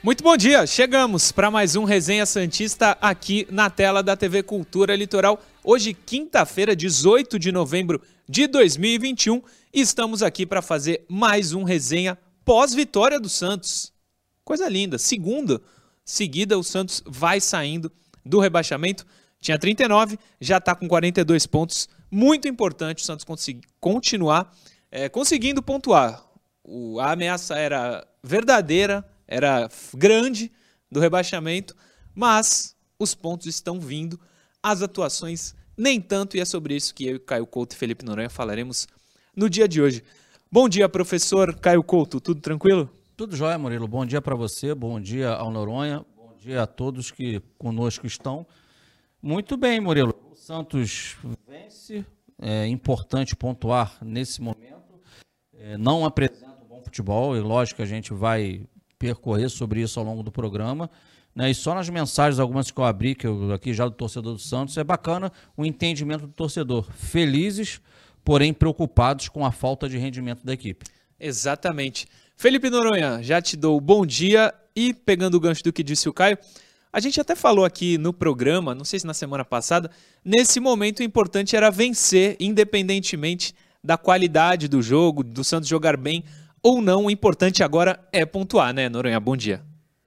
Muito bom dia, chegamos para mais um Resenha Santista aqui na tela da TV Cultura Litoral. Hoje, quinta-feira, 18 de novembro de 2021, e estamos aqui para fazer mais um resenha pós-vitória do Santos. Coisa linda, segunda seguida o Santos vai saindo do rebaixamento, tinha 39, já está com 42 pontos, muito importante o Santos continuar conseguindo pontuar. A ameaça era verdadeira, era grande do rebaixamento, mas os pontos estão vindo, as atuações nem tanto, e é sobre isso que eu, Caio Couto e Felipe Noronha falaremos no dia de hoje. Bom dia, professor Caio Couto, tudo tranquilo? Tudo jóia, Murilo. Bom dia para você, bom dia ao Noronha, bom dia a todos que conosco estão. Muito bem, Murilo. O Santos vence, é importante pontuar nesse momento, não apresenta um bom futebol, e lógico que a gente vai percorrer sobre isso ao longo do programa, né? E só nas mensagens, algumas que eu abri, que eu aqui já do torcedor do Santos, é bacana o entendimento do torcedor. Felizes, porém preocupados com a falta de rendimento da equipe. Exatamente. Felipe Noronha, já te dou o bom dia, e pegando o gancho do que disse o Caio, a gente até falou aqui no programa, não sei se na semana passada, nesse momento o importante era vencer, independentemente da qualidade do jogo, do Santos jogar bem ou não, o importante agora é pontuar, né, Noronha? Bom dia.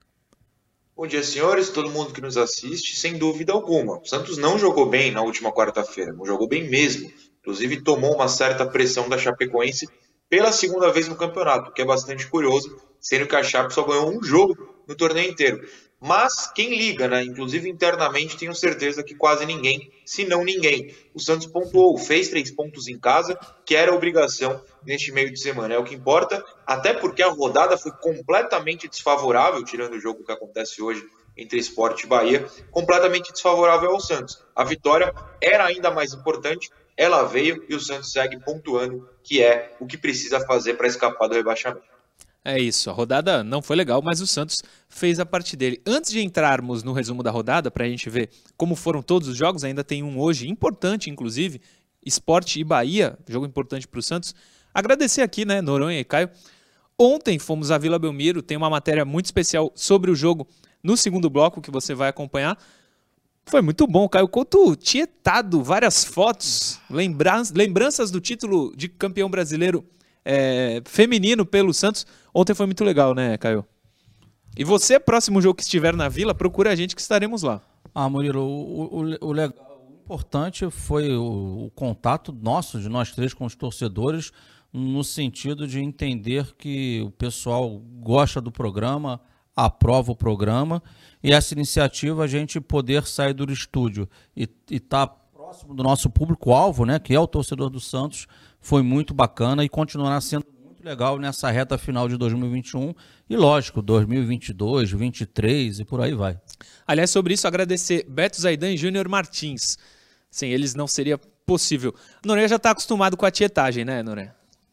Bom dia, senhores, todo mundo que nos assiste, sem dúvida alguma. O Santos não jogou bem na última quarta-feira, não jogou bem mesmo. Inclusive tomou uma certa pressão da Chapecoense pela segunda vez no campeonato, o que é bastante curioso, sendo que a Chape só ganhou um jogo no torneio inteiro. Mas quem liga, né? Inclusive internamente, tenho certeza que quase ninguém, se não ninguém. O Santos pontuou, fez 3 pontos em casa, que era obrigação neste meio de semana. É o que importa, até porque a rodada foi completamente desfavorável, tirando o jogo que acontece hoje entre Sport e Bahia, completamente desfavorável ao Santos. A vitória era ainda mais importante, ela veio e o Santos segue pontuando, que é o que precisa fazer para escapar do rebaixamento. É isso, a rodada não foi legal, mas o Santos fez a parte dele. Antes de entrarmos no resumo da rodada, para a gente ver como foram todos os jogos, ainda tem um hoje importante, inclusive, Sport e Bahia, jogo importante para o Santos. Agradecer aqui, né, Noronha e Caio. Ontem fomos à Vila Belmiro, tem uma matéria muito especial sobre o jogo no segundo bloco, que você vai acompanhar. Foi muito bom, o Caio Couto tietado várias fotos, lembranças do título de campeão brasileiro feminino pelo Santos. Ontem foi muito legal, né, Caio? E você, próximo jogo que estiver na Vila, procura a gente que estaremos lá. Murilo, o importante foi o contato nosso, de nós três, com os torcedores, no sentido de entender que o pessoal gosta do programa, aprova o programa, e essa iniciativa, a gente poder sair do estúdio e estar próximo do nosso público-alvo, né, que é o torcedor do Santos, foi muito bacana e continuará sendo muito legal nessa reta final de 2021 e, lógico, 2022, 2023 e por aí vai. Aliás, sobre isso, agradecer Beto Zaidan e Júnior Martins. Sem eles não seria possível. Noronha já está acostumado com a tietagem, né, Noronha?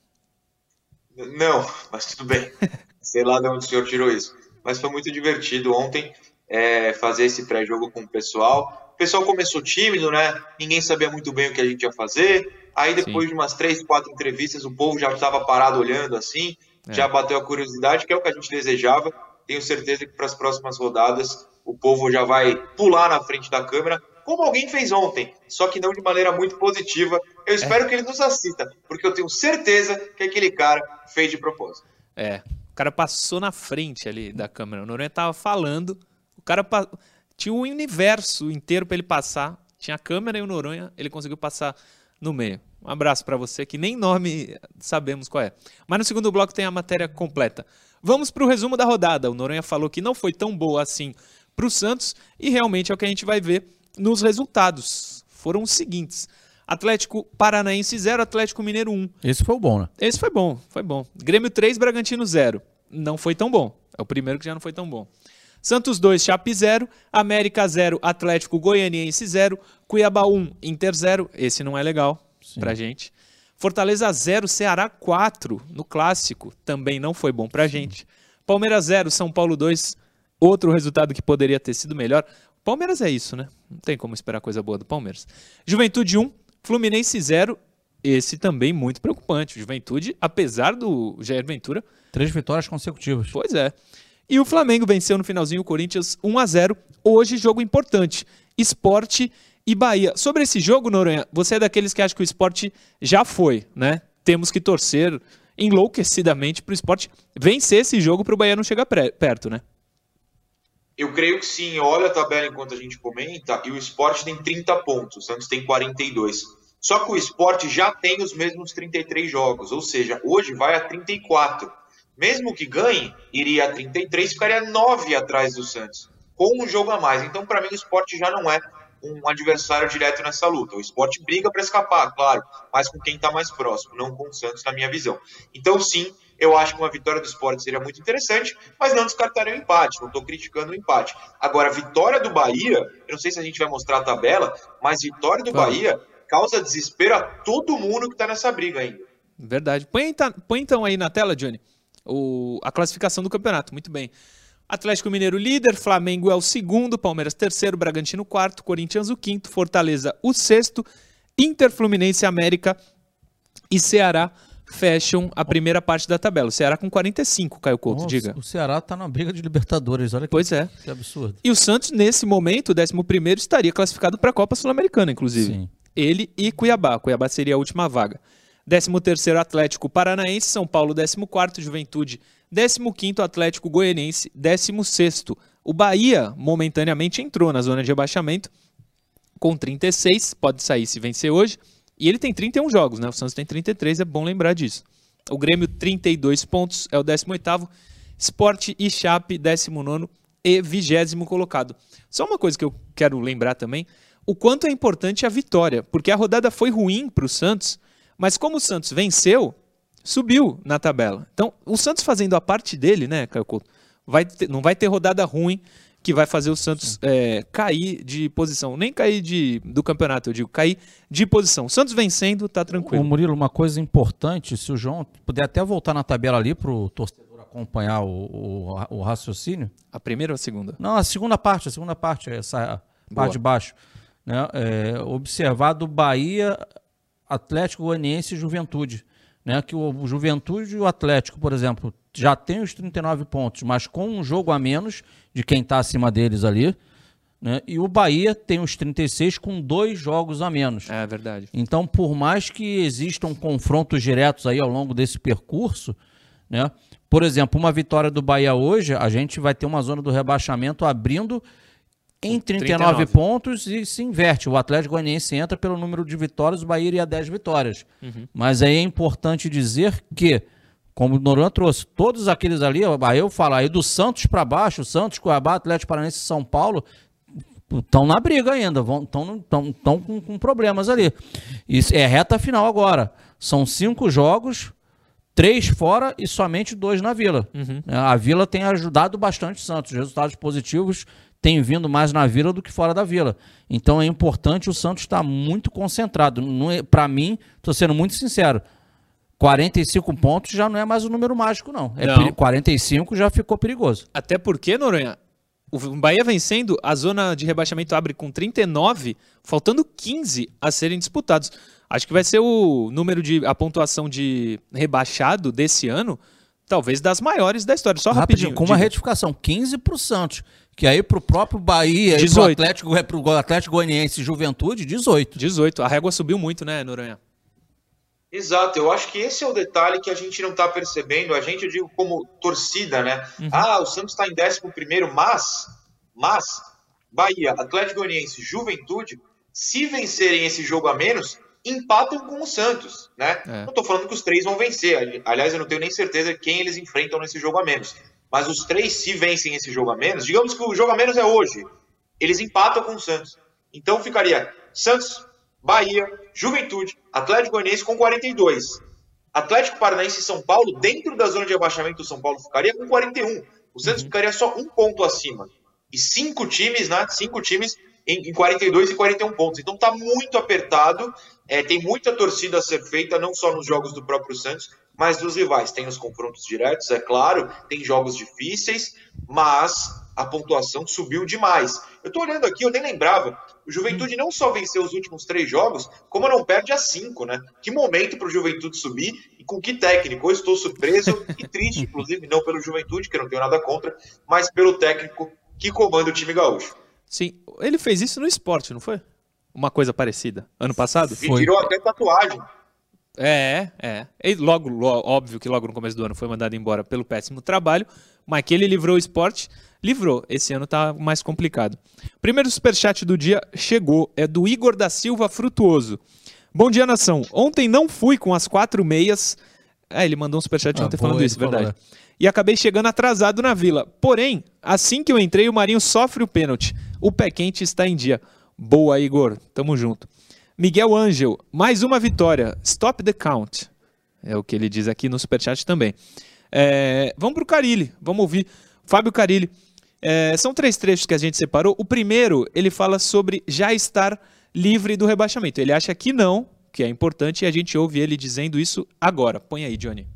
Não, mas tudo bem. Sei lá de onde o senhor tirou isso. Mas foi muito divertido ontem fazer esse pré-jogo com o pessoal. O pessoal começou tímido, né? Ninguém sabia muito bem o que a gente ia fazer. Aí depois de umas 3, 4 entrevistas, o povo já estava parado olhando assim, já bateu a curiosidade, que é o que a gente desejava. Tenho certeza que para as próximas rodadas o povo já vai pular na frente da câmera, como alguém fez ontem, só que não de maneira muito positiva. Eu espero que ele nos assista, porque eu tenho certeza que aquele cara fez de propósito. O cara passou na frente ali da câmera. O Noronha estava falando, o cara tinha um universo inteiro para ele passar, tinha a câmera e o Noronha, ele conseguiu passar no meio. Um abraço para você, que nem nome sabemos qual é. Mas no segundo bloco tem a matéria completa. Vamos para o resumo da rodada. O Noronha falou que não foi tão boa assim para o Santos, e realmente é o que a gente vai ver nos resultados. Foram os seguintes: Atlético Paranaense 0, Atlético Mineiro 1. Esse foi o bom, né? Esse foi bom, foi bom. Grêmio 3, Bragantino 0. Não foi tão bom. É o primeiro que já não foi tão bom. Santos 2, Chape 0, América 0, Atlético Goianiense 0, Cuiabá 1, Inter 0. Esse não é legal pra gente. Fortaleza 0, Ceará 4 no Clássico. Também não foi bom pra gente. Palmeiras 0, São Paulo 2. Outro resultado que poderia ter sido melhor. Palmeiras é isso, né? Não tem como esperar coisa boa do Palmeiras. Juventude 1, Fluminense 0. Esse também muito preocupante. Juventude, apesar do Jair Ventura... 3 vitórias consecutivas. Pois é. E o Flamengo venceu no finalzinho o Corinthians 1-0. Hoje, jogo importante. Sport e Bahia. Sobre esse jogo, Noronha, você é daqueles que acha que o Sport já foi, né? Temos que torcer enlouquecidamente para o Sport vencer esse jogo para o Bahia não chegar perto, né? Eu creio que sim. Olha a tabela enquanto a gente comenta e o Sport tem 30 pontos, o Santos tem 42. Só que o Sport já tem os mesmos 33 jogos, ou seja, hoje vai a 34. Mesmo que ganhe, iria a 33, ficaria 9 atrás do Santos, com um jogo a mais. Então, para mim, o Sport já não é um adversário direto nessa luta. O Sport briga para escapar, claro, mas com quem está mais próximo, não com o Santos, na minha visão. Então, sim, eu acho que uma vitória do Sport seria muito interessante, mas não descartaria o empate, não estou criticando o empate. Agora, a vitória do Bahia, eu não sei se a gente vai mostrar a tabela, mas vitória do Bahia causa desespero a todo mundo que está nessa briga ainda. Verdade. Põe então aí na tela, Johnny, a classificação do campeonato. Muito bem. Atlético Mineiro líder, Flamengo é o segundo, Palmeiras terceiro, Bragantino quarto, Corinthians o quinto, Fortaleza o sexto, Inter, Fluminense, América e Ceará fecham a primeira parte da tabela. O Ceará com 45, Caio Couto, diga. O Ceará tá na briga de Libertadores, olha que, pois é. Que absurdo. E o Santos, nesse momento, o 11º, estaria classificado para a Copa Sul-Americana, inclusive. Sim. Ele e Cuiabá. Cuiabá seria a última vaga. 13º, Atlético Paranaense, São Paulo 14º, Juventude 15º, Atlético Goianiense 16º. O Bahia momentaneamente entrou na zona de rebaixamento com 36, pode sair se vencer hoje, e ele tem 31 jogos, né? O Santos tem 33, é bom lembrar disso. O Grêmio 32 pontos, é o 18º, Sport e Chape 19º e 20º colocado. Só uma coisa que eu quero lembrar também, o quanto é importante a vitória, porque a rodada foi ruim para o Santos, mas como o Santos venceu, subiu na tabela. Então, o Santos fazendo a parte dele, né, Caio Couto, não vai ter rodada ruim que vai fazer o Santos cair de posição. Nem cair do campeonato, eu digo, cair de posição. O Santos vencendo, tá tranquilo. Ô Murilo, uma coisa importante, se o João puder até voltar na tabela ali para o torcedor acompanhar o raciocínio. A primeira ou a segunda? Não, a segunda parte, essa parte de baixo. Né? Observar do Bahia, Atlético Goianiense e Juventude. Né? Que o Juventude e o Atlético, por exemplo, já tem os 39 pontos, mas com um jogo a menos de quem está acima deles ali. Né? E o Bahia tem os 36 com 2 jogos a menos. É verdade. Então, por mais que existam confrontos diretos aí ao longo desse percurso, né? Por exemplo, uma vitória do Bahia hoje, a gente vai ter uma zona do rebaixamento abrindo em 39 pontos e se inverte. O Atlético Goianiense entra pelo número de vitórias, o Bahia iria a 10 vitórias. Uhum. Mas aí é importante dizer que, como o Noronha trouxe, todos aqueles ali, aí eu falo, aí do Santos para baixo, Santos, Cuiabá, Atlético Paranaense e São Paulo, estão na briga ainda, estão com problemas ali. Isso é reta final agora. São 5 jogos, 3 fora e somente 2 na Vila. Uhum. A Vila tem ajudado bastante o Santos. Os resultados positivos têm vindo mais na Vila do que fora da Vila. Então é importante o Santos estar muito concentrado. Para mim, estou sendo muito sincero, 45 pontos já não é mais um número mágico, não. 45 já ficou perigoso. Até porque, Noronha, o Bahia vencendo, a zona de rebaixamento abre com 39, faltando 15 a serem disputados. Acho que vai ser a pontuação de rebaixado desse ano, talvez das maiores da história. Só rapidinho. Com uma retificação, 15 para o Santos, que aí para o próprio Bahia 18. E para o Atlético Goianiense e Juventude, 18. 18. A régua subiu muito, né, Noronha? Exato, eu acho que esse é o detalhe que a gente não está percebendo. A gente, eu digo como torcida, né? Uhum. O Santos está em 11º, mas Bahia, Atlético Goianiense e Juventude, se vencerem esse jogo a menos, empatam com o Santos, né? Não estou falando que os 3 vão vencer. Aliás, eu não tenho nem certeza quem eles enfrentam nesse jogo a menos. Mas os 3, se vencem esse jogo a menos, digamos que o jogo a menos é hoje, eles empatam com o Santos. Então ficaria Santos, Bahia, Juventude, Atlético Goianiense com 42. Atlético Paranaense e São Paulo, dentro da zona de abaixamento do São Paulo, ficaria com 41. O Santos ficaria só 1 ponto acima. E 5 times, né? 5 times em 42 e 41 pontos. Então tá muito apertado. Tem muita torcida a ser feita, não só nos jogos do próprio Santos, mas dos rivais. Tem os confrontos diretos, é claro, tem jogos difíceis, mas a pontuação subiu demais. Eu tô olhando aqui, eu nem lembrava. O Juventude não só venceu os últimos 3 jogos, como não perde a 5, né? Que momento pro Juventude subir e com que técnico? Eu estou surpreso e triste, inclusive, não pelo Juventude, que eu não tenho nada contra, mas pelo técnico que comanda o time gaúcho. Sim, ele fez isso no Sport, não foi? Uma coisa parecida. Ano passado? E tirou até tatuagem. E óbvio que logo no começo do ano foi mandado embora pelo péssimo trabalho, mas que ele livrou o Sport, livrou. Esse ano tá mais complicado. Primeiro superchat do dia chegou, é do Igor da Silva Frutuoso. Bom dia, nação. Ontem não fui com as 4 meias. Ele mandou um superchat ontem falando isso, verdade. E acabei chegando atrasado na Vila. Porém, assim que eu entrei, o Marinho sofre o pênalti. O pé quente está em dia. Boa, Igor. Tamo junto. Miguel Ângel, mais uma vitória. Stop the count. É o que ele diz aqui no superchat também. Vamos pro Carille. Vamos ouvir. Fábio Carille. São 3 trechos que a gente separou. O primeiro, ele fala sobre já estar livre do rebaixamento. Ele acha que não, que é importante, e a gente ouve ele dizendo isso agora. Põe aí, Johnny.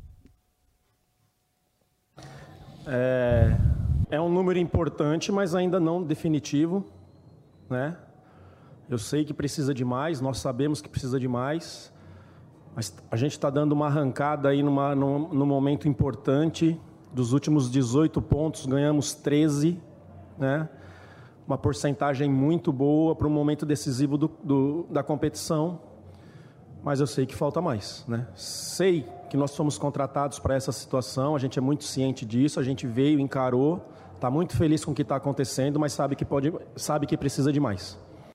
É um número importante, mas ainda não definitivo, né? Eu sei que precisa de mais, nós sabemos que precisa de mais, mas a gente está dando uma arrancada aí num momento importante. Dos últimos 18 pontos, ganhamos 13, né? Uma porcentagem muito boa para um momento decisivo da competição, mas eu sei que falta mais, né? Sei que nós somos contratados para essa situação, a gente é muito ciente disso, a gente veio, encarou, está muito feliz com o que está acontecendo, mas sabe que precisa de mais.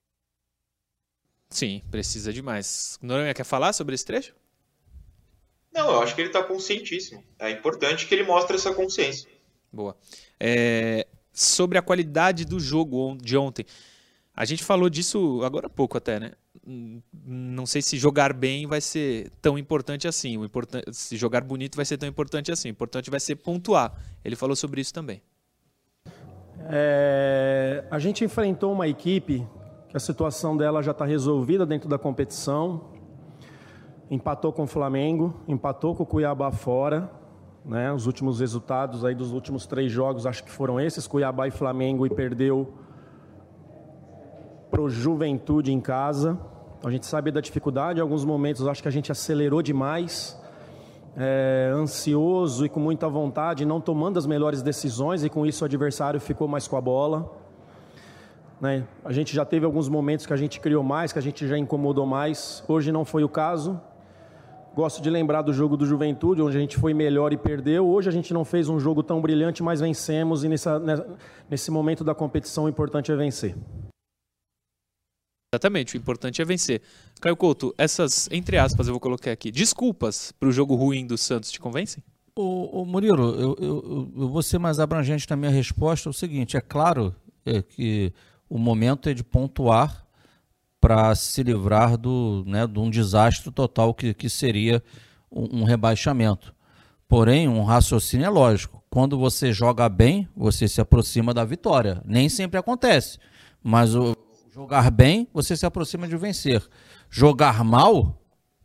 Sim, precisa de mais. Noronha, quer falar sobre esse trecho? Não, eu acho que ele está conscientíssimo. É importante que ele mostre essa consciência. Boa. Sobre a qualidade do jogo de ontem. A gente falou disso agora há pouco até, né? Não sei se jogar bem vai ser tão importante assim. Se jogar bonito vai ser tão importante assim. O importante vai ser pontuar. Ele falou sobre isso também. A gente enfrentou uma equipe que a situação dela já está resolvida dentro da competição. Empatou com o Flamengo, empatou com o Cuiabá fora, né? Os últimos resultados aí dos últimos 3 jogos, acho que foram esses, Cuiabá e Flamengo, e perdeu pro Juventude em casa. Então, a gente sabe da dificuldade, em alguns momentos acho que a gente acelerou demais, ansioso e com muita vontade, não tomando as melhores decisões, e com isso o adversário ficou mais com a bola. Né? A gente já teve alguns momentos que a gente criou mais, que a gente já incomodou mais. Hoje não foi o caso. Gosto de lembrar do jogo do Juventude, onde a gente foi melhor e perdeu. Hoje a gente não fez um jogo tão brilhante, mas vencemos, e nesse momento da competição o importante é vencer. Exatamente, o importante é vencer. Caio Couto, essas, entre aspas, eu vou colocar aqui, desculpas para o jogo ruim do Santos te convencem? Ô Murilo, eu vou ser mais abrangente na minha resposta. É o seguinte, é claro que o momento é de pontuar para se livrar de um desastre total que seria um rebaixamento. Porém, um raciocínio é lógico. Quando você joga bem, você se aproxima da vitória. Nem sempre acontece, mas jogar bem, você se aproxima de vencer. Jogar mal,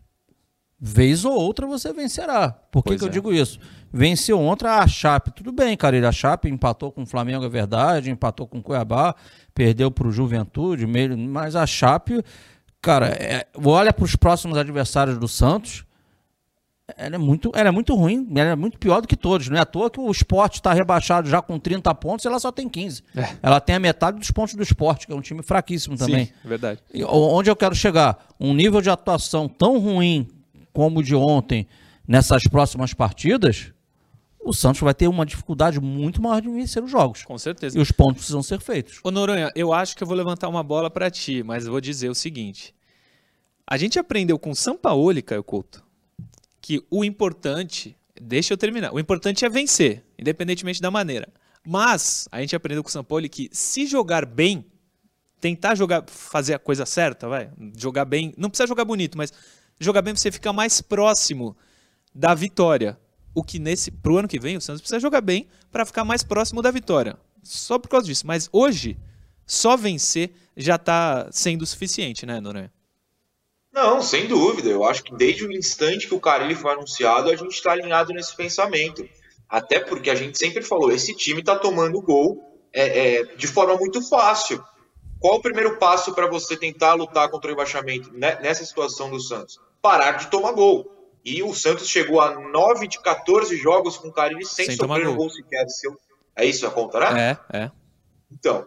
vez ou outra você vencerá. Por que eu digo isso? Venceu ontem a Chape. Tudo bem, cara. A Chape empatou com o Flamengo, é verdade. Empatou com o Cuiabá. Perdeu para o Juventude. Mas a Chape, cara, olha para os próximos adversários do Santos. Ela é muito ruim. Ela é muito pior do que todos. Não é à toa que o Sport está rebaixado já com 30 pontos e ela só tem 15. Ela tem a metade dos pontos do Sport, que é um time fraquíssimo também. Sim, verdade. E onde eu quero chegar? Um nível de atuação tão ruim como o de ontem nessas próximas partidas, o Santos vai ter uma dificuldade muito maior de vencer os jogos. Com certeza. E os pontos precisam ser feitos. Ô Noronha, eu acho que eu vou levantar uma bola para ti, mas eu vou dizer o seguinte. A gente aprendeu com o Sampaoli, Caio Couto, que o importante, deixa eu terminar, o importante é vencer, independentemente da maneira. Mas a gente aprendeu com o Sampaoli que se jogar bem, tentar fazer a coisa certa, jogar bem, não precisa jogar bonito, mas jogar bem você fica mais próximo da vitória. O que pro ano que vem o Santos precisa jogar bem para ficar mais próximo da vitória. Só por causa disso. Mas hoje, só vencer já está sendo suficiente, né, Noronha? Não, sem dúvida. Eu acho que desde o instante que o Carille foi anunciado, a gente está alinhado nesse pensamento. Até porque a gente sempre falou, esse time está tomando gol de forma muito fácil. Qual o primeiro passo para você tentar lutar contra o rebaixamento nessa situação do Santos? Parar de tomar gol. E o Santos chegou a 9 de 14 jogos com o Carille sem sofrer um gol sequer. É isso a conta, né? É. Então,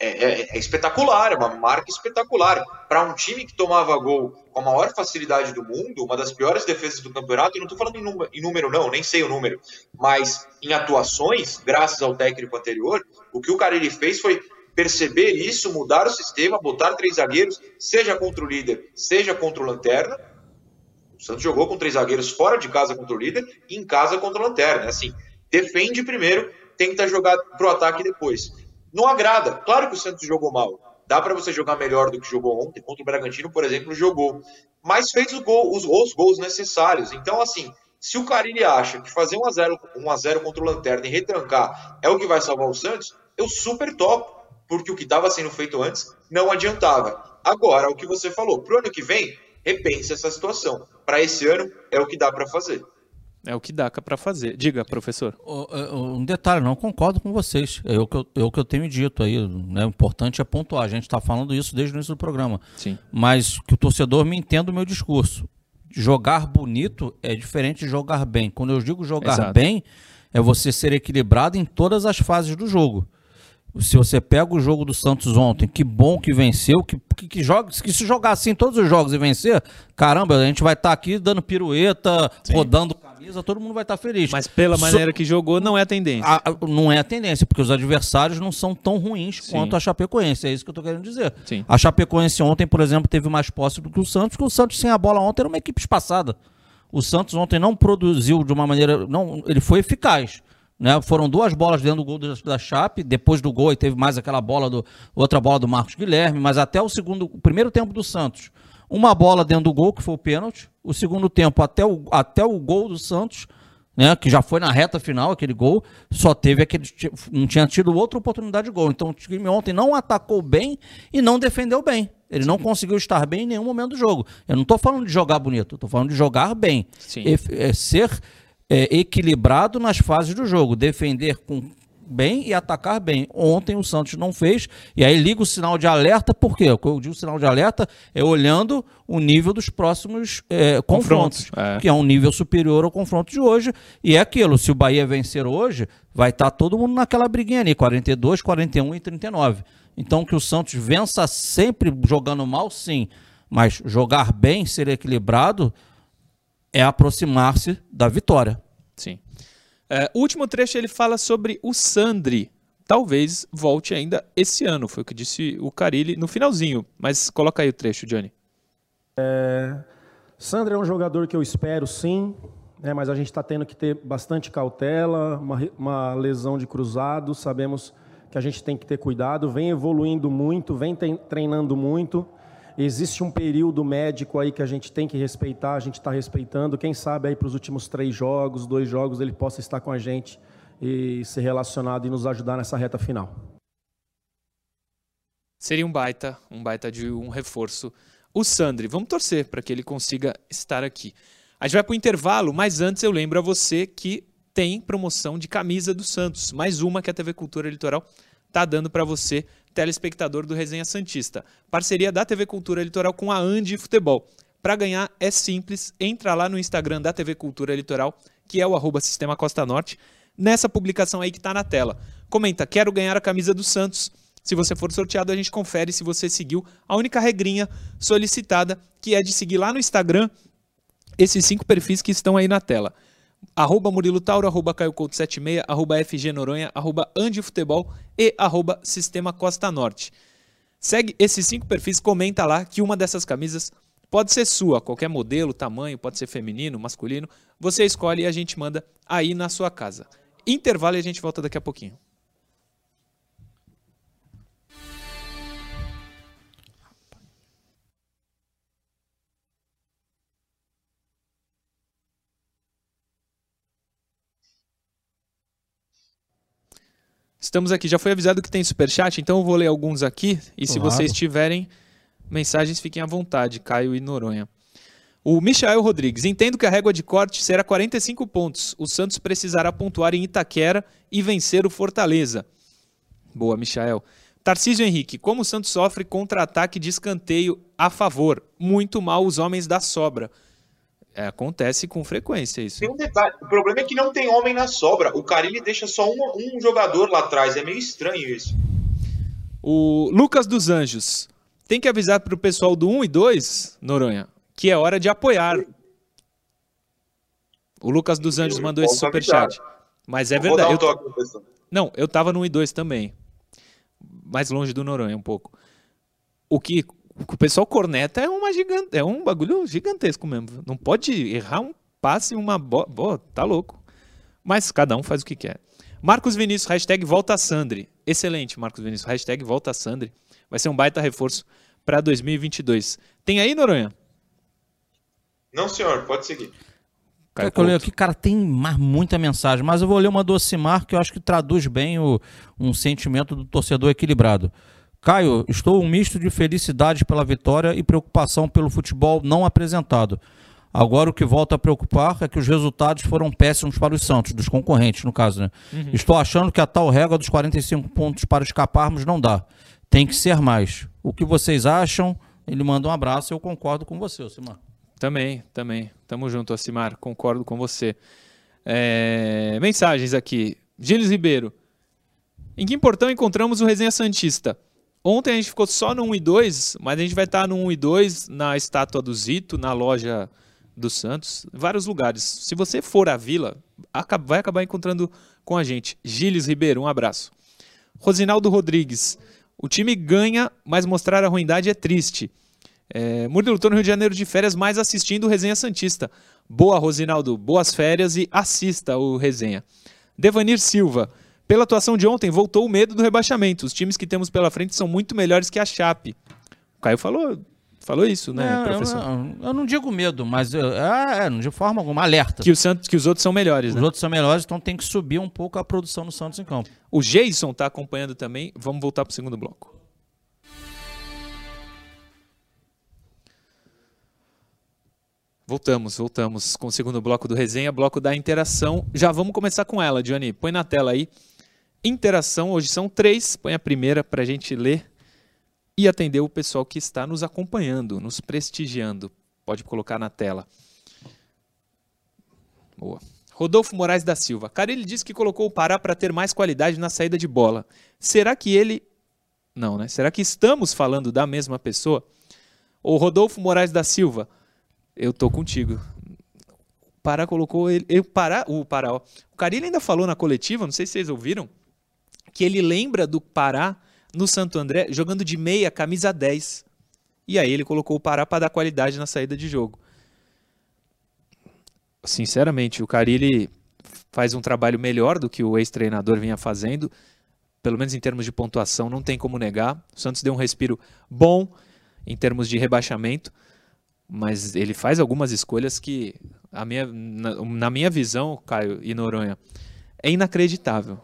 é espetacular, é uma marca espetacular. Para um time que tomava gol com a maior facilidade do mundo, uma das piores defesas do campeonato, eu não estou falando em número não, nem sei o número, mas em atuações, graças ao técnico anterior, o que o Carille fez foi perceber isso, mudar o sistema, botar 3 zagueiros, seja contra o líder, seja contra o Lanterna. O Santos jogou com 3 zagueiros fora de casa contra o líder e em casa contra o Lanterna. Assim, defende primeiro, tenta jogar pro ataque depois. Não agrada. Claro que o Santos jogou mal. Dá para você jogar melhor do que jogou ontem. Contra o Bragantino, por exemplo, jogou. Mas fez os gols necessários. Então, assim, se o Carille acha que fazer 1-0 contra o Lanterna e retrancar é o que vai salvar o Santos, eu super topo. Porque o que estava sendo feito antes não adiantava. Agora, o que você falou, pro ano que vem, repense essa situação. Para esse ano, é o que dá para fazer. É o que dá para fazer. Diga, professor. Um detalhe, não concordo com vocês. É o que eu tenho dito aí. Né? O importante é pontuar. A gente está falando isso desde o início do programa. Sim. Mas que o torcedor me entenda o meu discurso. Jogar bonito é diferente de jogar bem. Quando eu digo jogar bem, é você ser equilibrado em todas as fases do jogo. Se você pega o jogo do Santos ontem, que bom que venceu, que se jogar assim todos os jogos e vencer, caramba, a gente vai estar aqui dando pirueta, rodando camisa, todo mundo vai estar feliz. Mas pela maneira que jogou, não é a tendência. Não é a tendência, porque os adversários não são tão ruins quanto a Chapecoense, é isso que eu estou querendo dizer. Sim. A Chapecoense ontem, por exemplo, teve mais posse do que o Santos, porque o Santos sem a bola ontem era uma equipe espaçada. O Santos ontem não produziu de uma maneira... Não, ele foi eficaz. Né? Foram 2 bolas dentro do gol da Chape, depois do gol e teve mais aquela outra bola do Marcos Guilherme, mas até o primeiro tempo do Santos, uma bola dentro do gol, que foi o pênalti, o segundo tempo até o gol do Santos, né, que já foi na reta final aquele gol, só teve não tinha tido outra oportunidade de gol, então o time ontem não atacou bem e não defendeu bem, ele não conseguiu estar bem em nenhum momento do jogo. Eu não estou falando de jogar bonito, estou falando de jogar bem, ser equilibrado nas fases do jogo, defender bem e atacar bem. Ontem o Santos não fez, e aí liga o sinal de alerta, por quê? O que eu digo sinal de alerta é olhando o nível dos próximos confrontos, que é um nível superior ao confronto de hoje, e é aquilo, se o Bahia vencer hoje, vai estar todo mundo naquela briguinha ali, 42, 41 e 39. Então que o Santos vença sempre jogando mal, sim, mas jogar bem, ser equilibrado, é aproximar-se da vitória. Sim. O último trecho ele fala sobre o Sandri. Talvez volte ainda esse ano, foi o que disse o Carille no finalzinho. Mas coloca aí o trecho, Johnny. Sandri é um jogador que eu espero, sim, né, mas a gente está tendo que ter bastante cautela, uma lesão de cruzado, sabemos que a gente tem que ter cuidado, vem evoluindo muito, vem treinando muito. Existe um período médico aí que a gente tem que respeitar, a gente está respeitando. Quem sabe aí para os últimos 3 jogos, 2 jogos, ele possa estar com a gente e ser relacionado e nos ajudar nessa reta final. Seria um baita de um reforço. O Sandri, vamos torcer para que ele consiga estar aqui. A gente vai para o intervalo, mas antes eu lembro a você que tem promoção de camisa do Santos. Mais uma que a TV Cultura Litoral está dando para você, telespectador do Resenha Santista. Parceria da TV Cultura Litoral com a Andi Futebol. Para ganhar é simples, entra lá no Instagram da TV Cultura Litoral, que é o @Sistema Costa Norte, nessa publicação aí que está na tela. Comenta, quero ganhar a camisa do Santos. Se você for sorteado, a gente confere se você seguiu a única regrinha solicitada, que é de seguir lá no Instagram esses 5 perfis que estão aí na tela. @Murilo Tauro, @CaioCouto76, @FGNoronha, @AndiFutebol e @Sistema Costa Norte. Segue esses 5 perfis, comenta lá que uma dessas camisas pode ser sua, qualquer modelo, tamanho, pode ser feminino, masculino, você escolhe e a gente manda aí na sua casa. Intervalo e a gente volta daqui a pouquinho. Estamos aqui, já foi avisado que tem superchat, então eu vou ler alguns aqui, e se vocês tiverem mensagens, fiquem à vontade, Caio e Noronha. O Michael Rodrigues, entendo que a régua de corte será 45 pontos, o Santos precisará pontuar em Itaquera e vencer o Fortaleza. Boa, Michael. Tarcísio Henrique, como o Santos sofre contra-ataque de escanteio a favor? Muito mal os homens da sobra. Acontece com frequência isso. Tem um detalhe, o problema é que não tem homem na sobra. O Carille deixa só um jogador lá atrás, é meio estranho isso. O Lucas dos Anjos, tem que avisar para o pessoal do 1 e 2, Noronha, que é hora de apoiar. O Lucas dos Anjos mandou esse superchat. Mas é verdade. Não, eu tava no 1 e 2 também. Mais longe do Noronha um pouco. O que o pessoal corneta é um bagulho gigantesco mesmo. Não pode errar um passe, uma bola. Tá louco. Mas cada um faz o que quer. Marcos Vinícius, hashtag volta Sandri. Excelente, Marcos Vinícius. Hashtag volta Sandri. Vai ser um baita reforço para 2022. Tem aí, Noronha? Não, senhor. Pode seguir. Cara, que eu leio aqui, cara, tem muita mensagem, mas eu vou ler uma do Ocimar que eu acho que traduz bem um sentimento do torcedor equilibrado. Caio, estou um misto de felicidade pela vitória e preocupação pelo futebol não apresentado. Agora o que volta a preocupar é que os resultados foram péssimos para os Santos, dos concorrentes no caso, né? Uhum. Estou achando que a tal regra dos 45 pontos para escaparmos não dá. Tem que ser mais. O que vocês acham? Ele manda um abraço e eu concordo com você, Ocimar. Também. Tamo junto, Ocimar. Concordo com você. Mensagens aqui. Gilles Ribeiro. Em que portão encontramos o Resenha Santista? Ontem a gente ficou só no 1 e 2, mas a gente vai estar no 1 e 2, na estátua do Zito, na loja do Santos, em vários lugares. Se você for à Vila, vai acabar encontrando com a gente. Gilles Ribeiro, um abraço. Rosinaldo Rodrigues. O time ganha, mas mostrar a ruindade é triste. Murilo, estou no Rio de Janeiro de férias, mas assistindo o Resenha Santista. Boa, Rosinaldo, boas férias e assista o Resenha. Devanir Silva, pela atuação de ontem, voltou o medo do rebaixamento. Os times que temos pela frente são muito melhores que a Chape. O Caio falou isso, né, professor? Eu não digo medo, mas não de forma alguma, alerta. Que os outros são melhores, né? Os outros são melhores, então tem que subir um pouco a produção do Santos em campo. O Jason está acompanhando também. Vamos voltar para o segundo bloco. Voltamos com o segundo bloco do Resenha, bloco da interação. Já vamos começar com ela, Johnny. Põe na tela aí. Interação, hoje são 3. Põe a primeira para a gente ler e atender o pessoal que está nos acompanhando, nos prestigiando. Pode colocar na tela. Boa. Rodolfo Moraes da Silva. Carille disse que colocou o Pará para ter mais qualidade na saída de bola. Será que ele... Não, né? Será que estamos falando da mesma pessoa? O Rodolfo Moraes da Silva... Eu tô contigo. O Pará colocou ele... O Carille ainda falou na coletiva, não sei se vocês ouviram, que ele lembra do Pará no Santo André jogando de meia, camisa 10. E aí ele colocou o Pará para dar qualidade na saída de jogo. Sinceramente, o Carille faz um trabalho melhor do que o ex-treinador vinha fazendo. Pelo menos em termos de pontuação, não tem como negar. O Santos deu um respiro bom em termos de rebaixamento. Mas ele faz algumas escolhas que, na minha visão, Caio e Noronha, é inacreditável.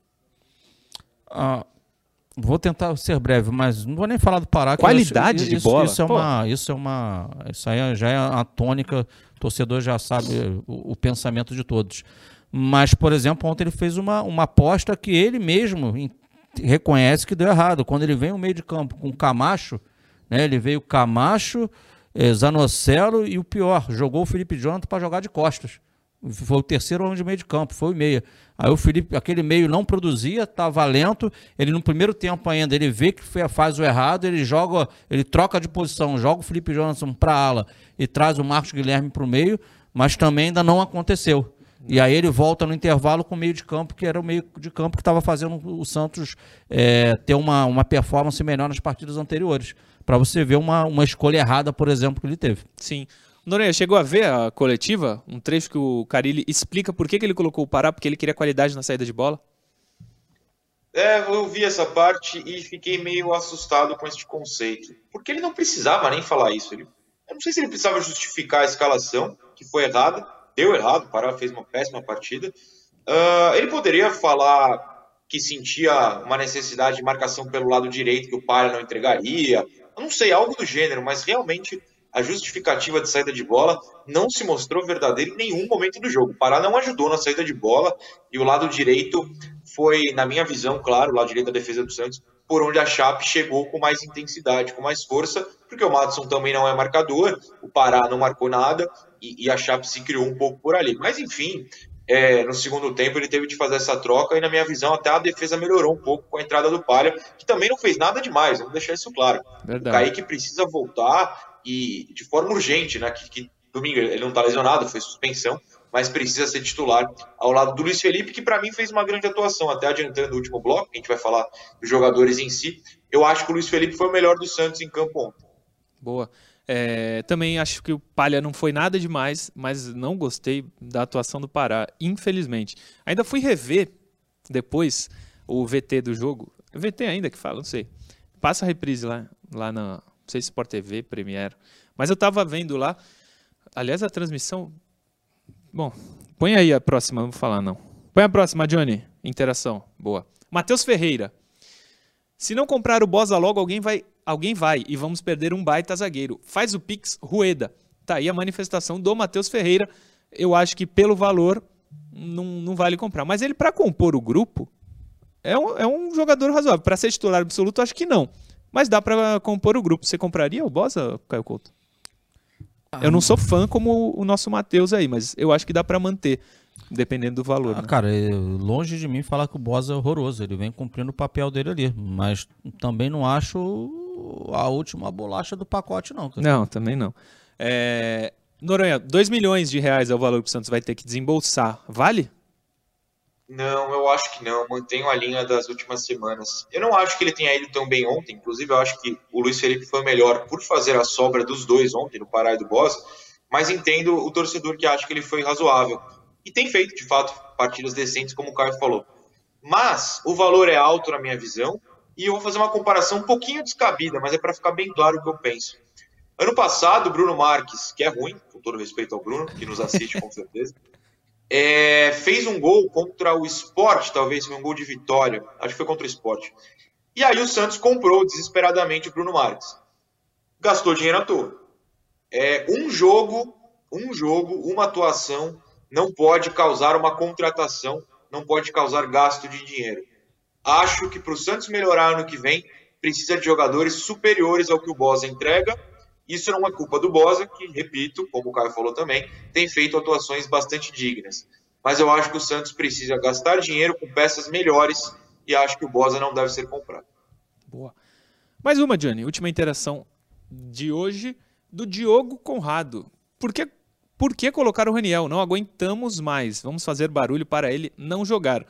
Vou tentar ser breve, mas não vou nem falar do Pará. Qualidade de bola? Isso aí já é a tônica, o torcedor já sabe o pensamento de todos. Mas, por exemplo, ontem ele fez uma aposta que ele mesmo reconhece que deu errado. Quando ele vem no meio de campo com o Camacho, né, ele veio Camacho... Zanocelo e o pior, jogou o Felipe Jonathan para jogar de costas. Foi o terceiro homem de meio de campo, foi o meia. Aí o Felipe, aquele meio não produzia, estava lento. Ele no primeiro tempo ainda, ele vê que faz o errado, ele troca de posição, joga o Felipe Jonathan para a ala e traz o Marcos Guilherme para o meio, mas também ainda não aconteceu. E aí ele volta no intervalo com o meio de campo, que era o meio de campo que estava fazendo o Santos ter uma performance melhor nas partidas anteriores. Para você ver uma escolha errada, por exemplo, que ele teve. Sim. Noronha, chegou a ver a coletiva? Um trecho que o Carille explica por que ele colocou o Pará, porque ele queria qualidade na saída de bola? Eu vi essa parte e fiquei meio assustado com esse conceito. Porque ele não precisava nem falar isso. Eu não sei se ele precisava justificar a escalação, que foi errada. Deu errado, o Pará fez uma péssima partida. Ele poderia falar que sentia uma necessidade de marcação pelo lado direito, que o Pará não entregaria. Eu não sei, algo do gênero, mas realmente a justificativa de saída de bola não se mostrou verdadeira em nenhum momento do jogo. O Pará não ajudou na saída de bola e o lado direito foi, na minha visão, claro, lá direito da defesa do Santos, por onde a Chape chegou com mais intensidade, com mais força, porque o Maddison também não é marcador, o Pará não marcou nada, e a Chape se criou um pouco por ali. Mas, enfim, no segundo tempo ele teve de fazer essa troca, e na minha visão até a defesa melhorou um pouco com a entrada do Palha, que também não fez nada demais, vamos deixar isso claro. Verdade. O Kaique precisa voltar, e de forma urgente, né, que domingo ele não está lesionado, foi suspensão, mas precisa ser titular ao lado do Luiz Felipe, que para mim fez uma grande atuação, até adiantando o último bloco, que a gente vai falar dos jogadores em si. Eu acho que o Luiz Felipe foi o melhor do Santos em campo ontem. Boa. Também acho que o Palha não foi nada demais, mas não gostei da atuação do Pará, infelizmente. Ainda fui rever depois o VT do jogo. VT ainda que fala, não sei. Passa a reprise lá na, não sei se Sport TV, Premiere. Mas eu tava vendo lá, aliás a transmissão... Bom, põe aí a próxima, não vou falar não. Põe a próxima, Johnny. Interação, boa. Matheus Ferreira. Se não comprar o Bosa logo, alguém vai e vamos perder um baita zagueiro. Faz o Pix Rueda. Tá aí a manifestação do Matheus Ferreira. Eu acho que pelo valor não vale comprar. Mas ele, para compor o grupo, é um jogador razoável. Para ser titular absoluto, acho que não. Mas dá para compor o grupo. Você compraria o Bosa, Caio Couto? Eu não sou fã como o nosso Matheus aí, mas eu acho que dá para manter, dependendo do valor. Né? Cara, longe de mim falar que o Bosa é horroroso, ele vem cumprindo o papel dele ali, mas também não acho a última bolacha do pacote não. Cara. Não, também não. Noronha, 2 milhões de reais é o valor que o Santos vai ter que desembolsar, vale? Não, eu acho que não. Mantenho a linha das últimas semanas. Eu não acho que ele tenha ido tão bem ontem. Inclusive, eu acho que o Luiz Felipe foi melhor por fazer a sobra dos dois ontem, do Pará e do Bosa. Mas entendo o torcedor que acha que ele foi razoável. E tem feito, de fato, partidas decentes, como o Caio falou. Mas o valor é alto na minha visão. E eu vou fazer uma comparação um pouquinho descabida, mas é para ficar bem claro o que eu penso. Ano passado, o Bruno Marques, que é ruim, com todo respeito ao Bruno, que nos assiste com certeza, fez um gol contra o Sport, talvez foi um gol de vitória, acho que foi contra o Sport. E aí o Santos comprou desesperadamente o Bruno Marques. Gastou dinheiro à toa. Um jogo, uma atuação não pode causar uma contratação, não pode causar gasto de dinheiro. Acho que para o Santos melhorar ano que vem, precisa de jogadores superiores ao que o Bosa entrega. Isso não é culpa do Bosa, que, repito, como o Caio falou também, tem feito atuações bastante dignas. Mas eu acho que o Santos precisa gastar dinheiro com peças melhores e acho que o Bosa não deve ser comprado. Boa. Mais uma, Johnny. Última interação de hoje do Diogo Conrado. Por que colocar o Raniel? Não aguentamos mais. Vamos fazer barulho para ele não jogar.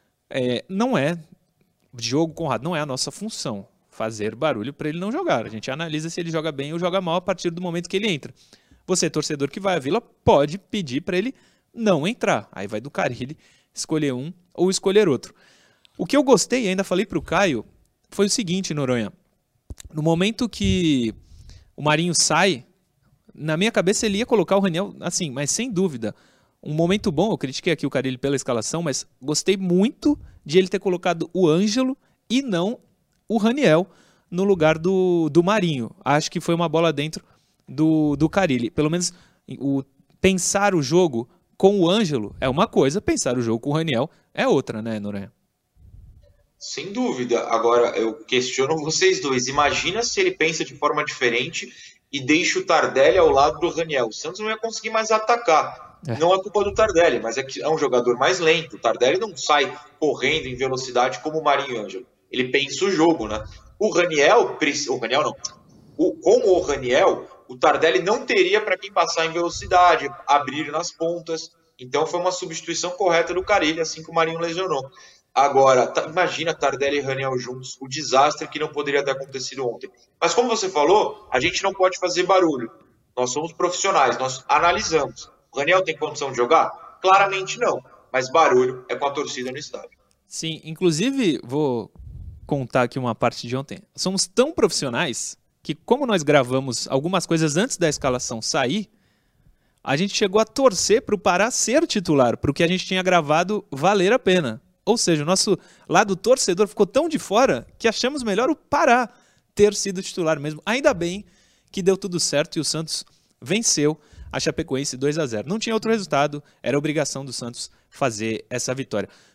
Diogo Conrado, não é a nossa função fazer barulho para ele não jogar. A gente analisa se ele joga bem ou joga mal a partir do momento que ele entra. Você, torcedor que vai à Vila, pode pedir para ele não entrar. Aí vai do Carille escolher um ou escolher outro. O que eu gostei, ainda falei para o Caio, foi o seguinte, Noronha. No momento que o Marinho sai, na minha cabeça ele ia colocar o Raniel, assim, mas sem dúvida. Um momento bom, eu critiquei aqui o Carille pela escalação, mas gostei muito de ele ter colocado o Ângelo e não o Raniel no lugar do Marinho. Acho que foi uma bola dentro do Carille. Pelo menos pensar o jogo com o Ângelo é uma coisa, pensar o jogo com o Raniel é outra, né, Noronha? Sem dúvida. Agora, eu questiono vocês dois. Imagina se ele pensa de forma diferente e deixa o Tardelli ao lado do Raniel. O Santos não ia conseguir mais atacar. Não é culpa do Tardelli, mas é que é um jogador mais lento. O Tardelli não sai correndo em velocidade como o Marinho e Ângelo. Ele pensa o jogo, né? O Raniel não. Como o Raniel, o Tardelli não teria para quem passar em velocidade, abrir nas pontas. Então foi uma substituição correta do Carille, assim que o Marinho lesionou. Agora, imagina Tardelli e Raniel juntos, o desastre que não poderia ter acontecido ontem. Mas como você falou, a gente não pode fazer barulho. Nós somos profissionais, nós analisamos. O Raniel tem condição de jogar? Claramente não. Mas barulho é com a torcida no estádio. Sim, inclusive, vou contar aqui uma parte de ontem. Somos tão profissionais que, como nós gravamos algumas coisas antes da escalação sair, a gente chegou a torcer para o Pará ser titular, para o que a gente tinha gravado valer a pena. Ou seja, o nosso lado torcedor ficou tão de fora que achamos melhor o Pará ter sido titular mesmo. Ainda bem que deu tudo certo e o Santos venceu a Chapecoense 2-0. Não tinha outro resultado, era obrigação do Santos fazer essa vitória.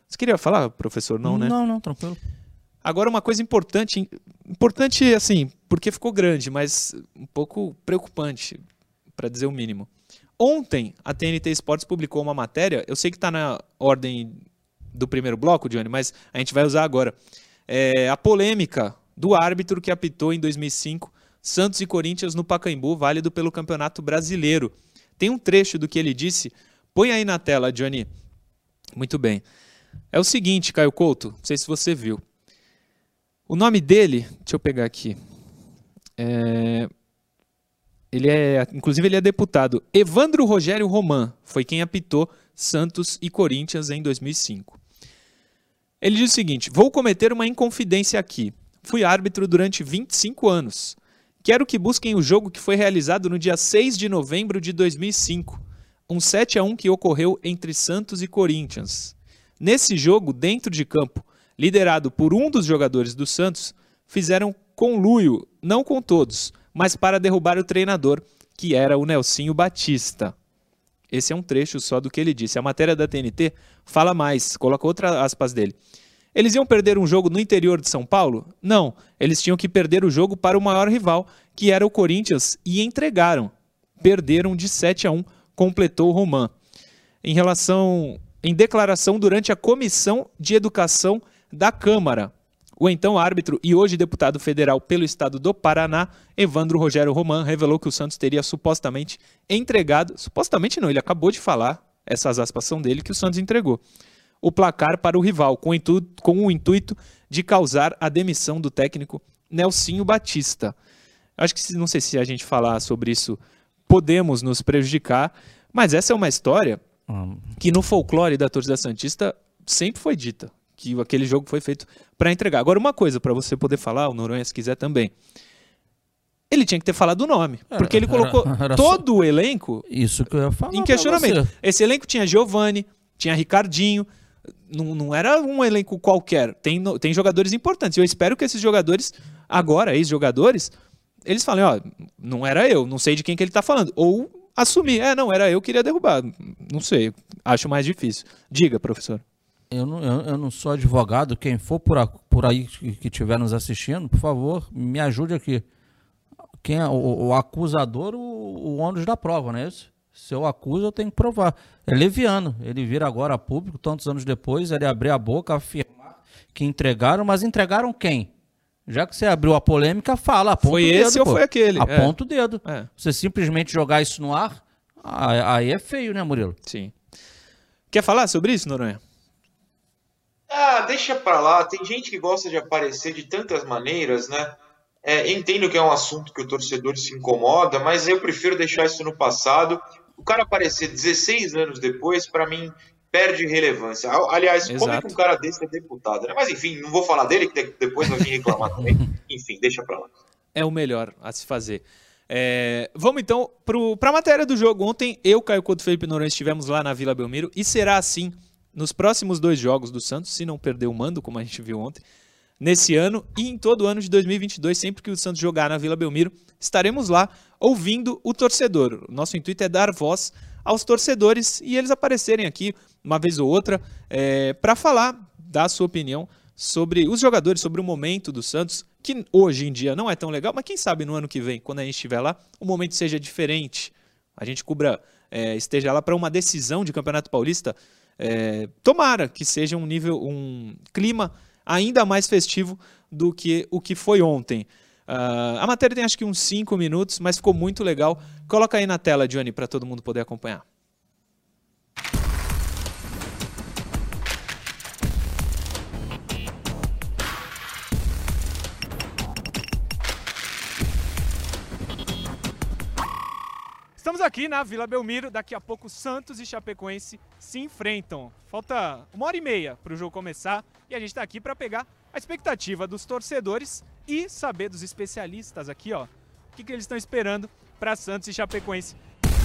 Você queria falar, professor? Não, né? Não, tranquilo. Agora uma coisa importante assim, porque ficou grande, mas um pouco preocupante, para dizer o mínimo. Ontem, a TNT Sports publicou uma matéria, eu sei que está na ordem do primeiro bloco, Johnny, mas a gente vai usar agora. A polêmica do árbitro que apitou em 2005 Santos e Corinthians no Pacaembu, válido pelo Campeonato Brasileiro. Tem um trecho do que ele disse, põe aí na tela, Johnny. Muito bem. É o seguinte, Caio Couto, não sei se você viu. O nome dele, deixa eu pegar aqui. Inclusive ele é deputado. Evandro Rogério Roman foi quem apitou Santos e Corinthians em 2005. Ele diz o seguinte: vou cometer uma inconfidência aqui. Fui árbitro durante 25 anos. Quero que busquem o jogo que foi realizado no dia 6 de novembro de 2005. Um 7-1 que ocorreu entre Santos e Corinthians. Nesse jogo, dentro de campo, liderado por um dos jogadores do Santos, fizeram conluio, não com todos, mas para derrubar o treinador, que era o Nelsinho Batista. Esse é um trecho só do que ele disse. A matéria da TNT fala mais, coloca outra aspas dele. Eles iam perder um jogo no interior de São Paulo? Não, eles tinham que perder o jogo para o maior rival, que era o Corinthians, e entregaram. Perderam de 7-1, completou o Roman. Em declaração durante a Comissão de Educação da Câmara, o então árbitro e hoje deputado federal pelo estado do Paraná, Evandro Rogério Roman, revelou que o Santos teria supostamente entregado, supostamente não, ele acabou de falar, essas aspas são dele, que o Santos entregou o placar para o rival, com o intuito de causar a demissão do técnico Nelsinho Batista. Acho que, não sei se a gente falar sobre isso, podemos nos prejudicar, mas essa é uma história que no folclore da torcida santista sempre foi dita, que aquele jogo foi feito para entregar. Agora, uma coisa para você poder falar, o Noronha, se quiser também, ele tinha que ter falado o nome, porque ele colocou todo o elenco isso que eu ia falar em questionamento. Esse elenco tinha Giovani, tinha Ricardinho, não era um elenco qualquer, tem jogadores importantes. Eu espero que esses jogadores, agora ex-jogadores, eles falem, não era eu, não sei de quem que ele está falando. Ou assumir, não, era eu que queria derrubar. Não sei, acho mais difícil. Diga, professor. Eu não sou advogado, quem for por aí que estiver nos assistindo, por favor, me ajude aqui. Quem é o acusador, o ônus da prova, não é isso? Se eu acuso, eu tenho que provar. É leviano. Ele vir agora a público, tantos anos depois, ele abrir a boca, afirmar que entregaram, mas entregaram quem? Já que você abriu a polêmica, fala, aponta foi o dedo. Foi esse ou foi aquele? Aponta o dedo. Você simplesmente jogar isso no ar, aí é feio, né, Murilo? Sim. Quer falar sobre isso, Noronha? Deixa pra lá. Tem gente que gosta de aparecer de tantas maneiras, né? Entendo que é um assunto que o torcedor se incomoda, mas eu prefiro deixar isso no passado. O cara aparecer 16 anos depois, para mim, perde relevância. Aliás, como é que um cara desse é deputado, né? Mas enfim, não vou falar dele, que depois vai vir reclamar também. Enfim, deixa pra lá. É o melhor a se fazer. Vamos então para a matéria do jogo. Ontem, eu, Caio Couto, Felipe Noronha estivemos lá na Vila Belmiro e será assim nos próximos 2 jogos do Santos, se não perder o mando, como a gente viu ontem, nesse ano e em todo o ano de 2022, sempre que o Santos jogar na Vila Belmiro, estaremos lá ouvindo o torcedor. O nosso intuito é dar voz aos torcedores e eles aparecerem aqui uma vez ou outra para falar, dar a sua opinião sobre os jogadores, sobre o momento do Santos, que hoje em dia não é tão legal, mas quem sabe no ano que vem, quando a gente estiver lá, o momento seja diferente. A gente esteja lá para uma decisão de Campeonato Paulista. Tomara que seja um clima ainda mais festivo do que o que foi ontem. A matéria tem acho que uns 5 minutos, mas ficou muito legal. Coloca aí na tela, Johnny, para todo mundo poder acompanhar. Estamos aqui na Vila Belmiro, daqui a pouco Santos e Chapecoense se enfrentam. Falta 1h30 para o jogo começar e a gente está aqui para pegar a expectativa dos torcedores e saber dos especialistas aqui, o que eles estão esperando para Santos e Chapecoense.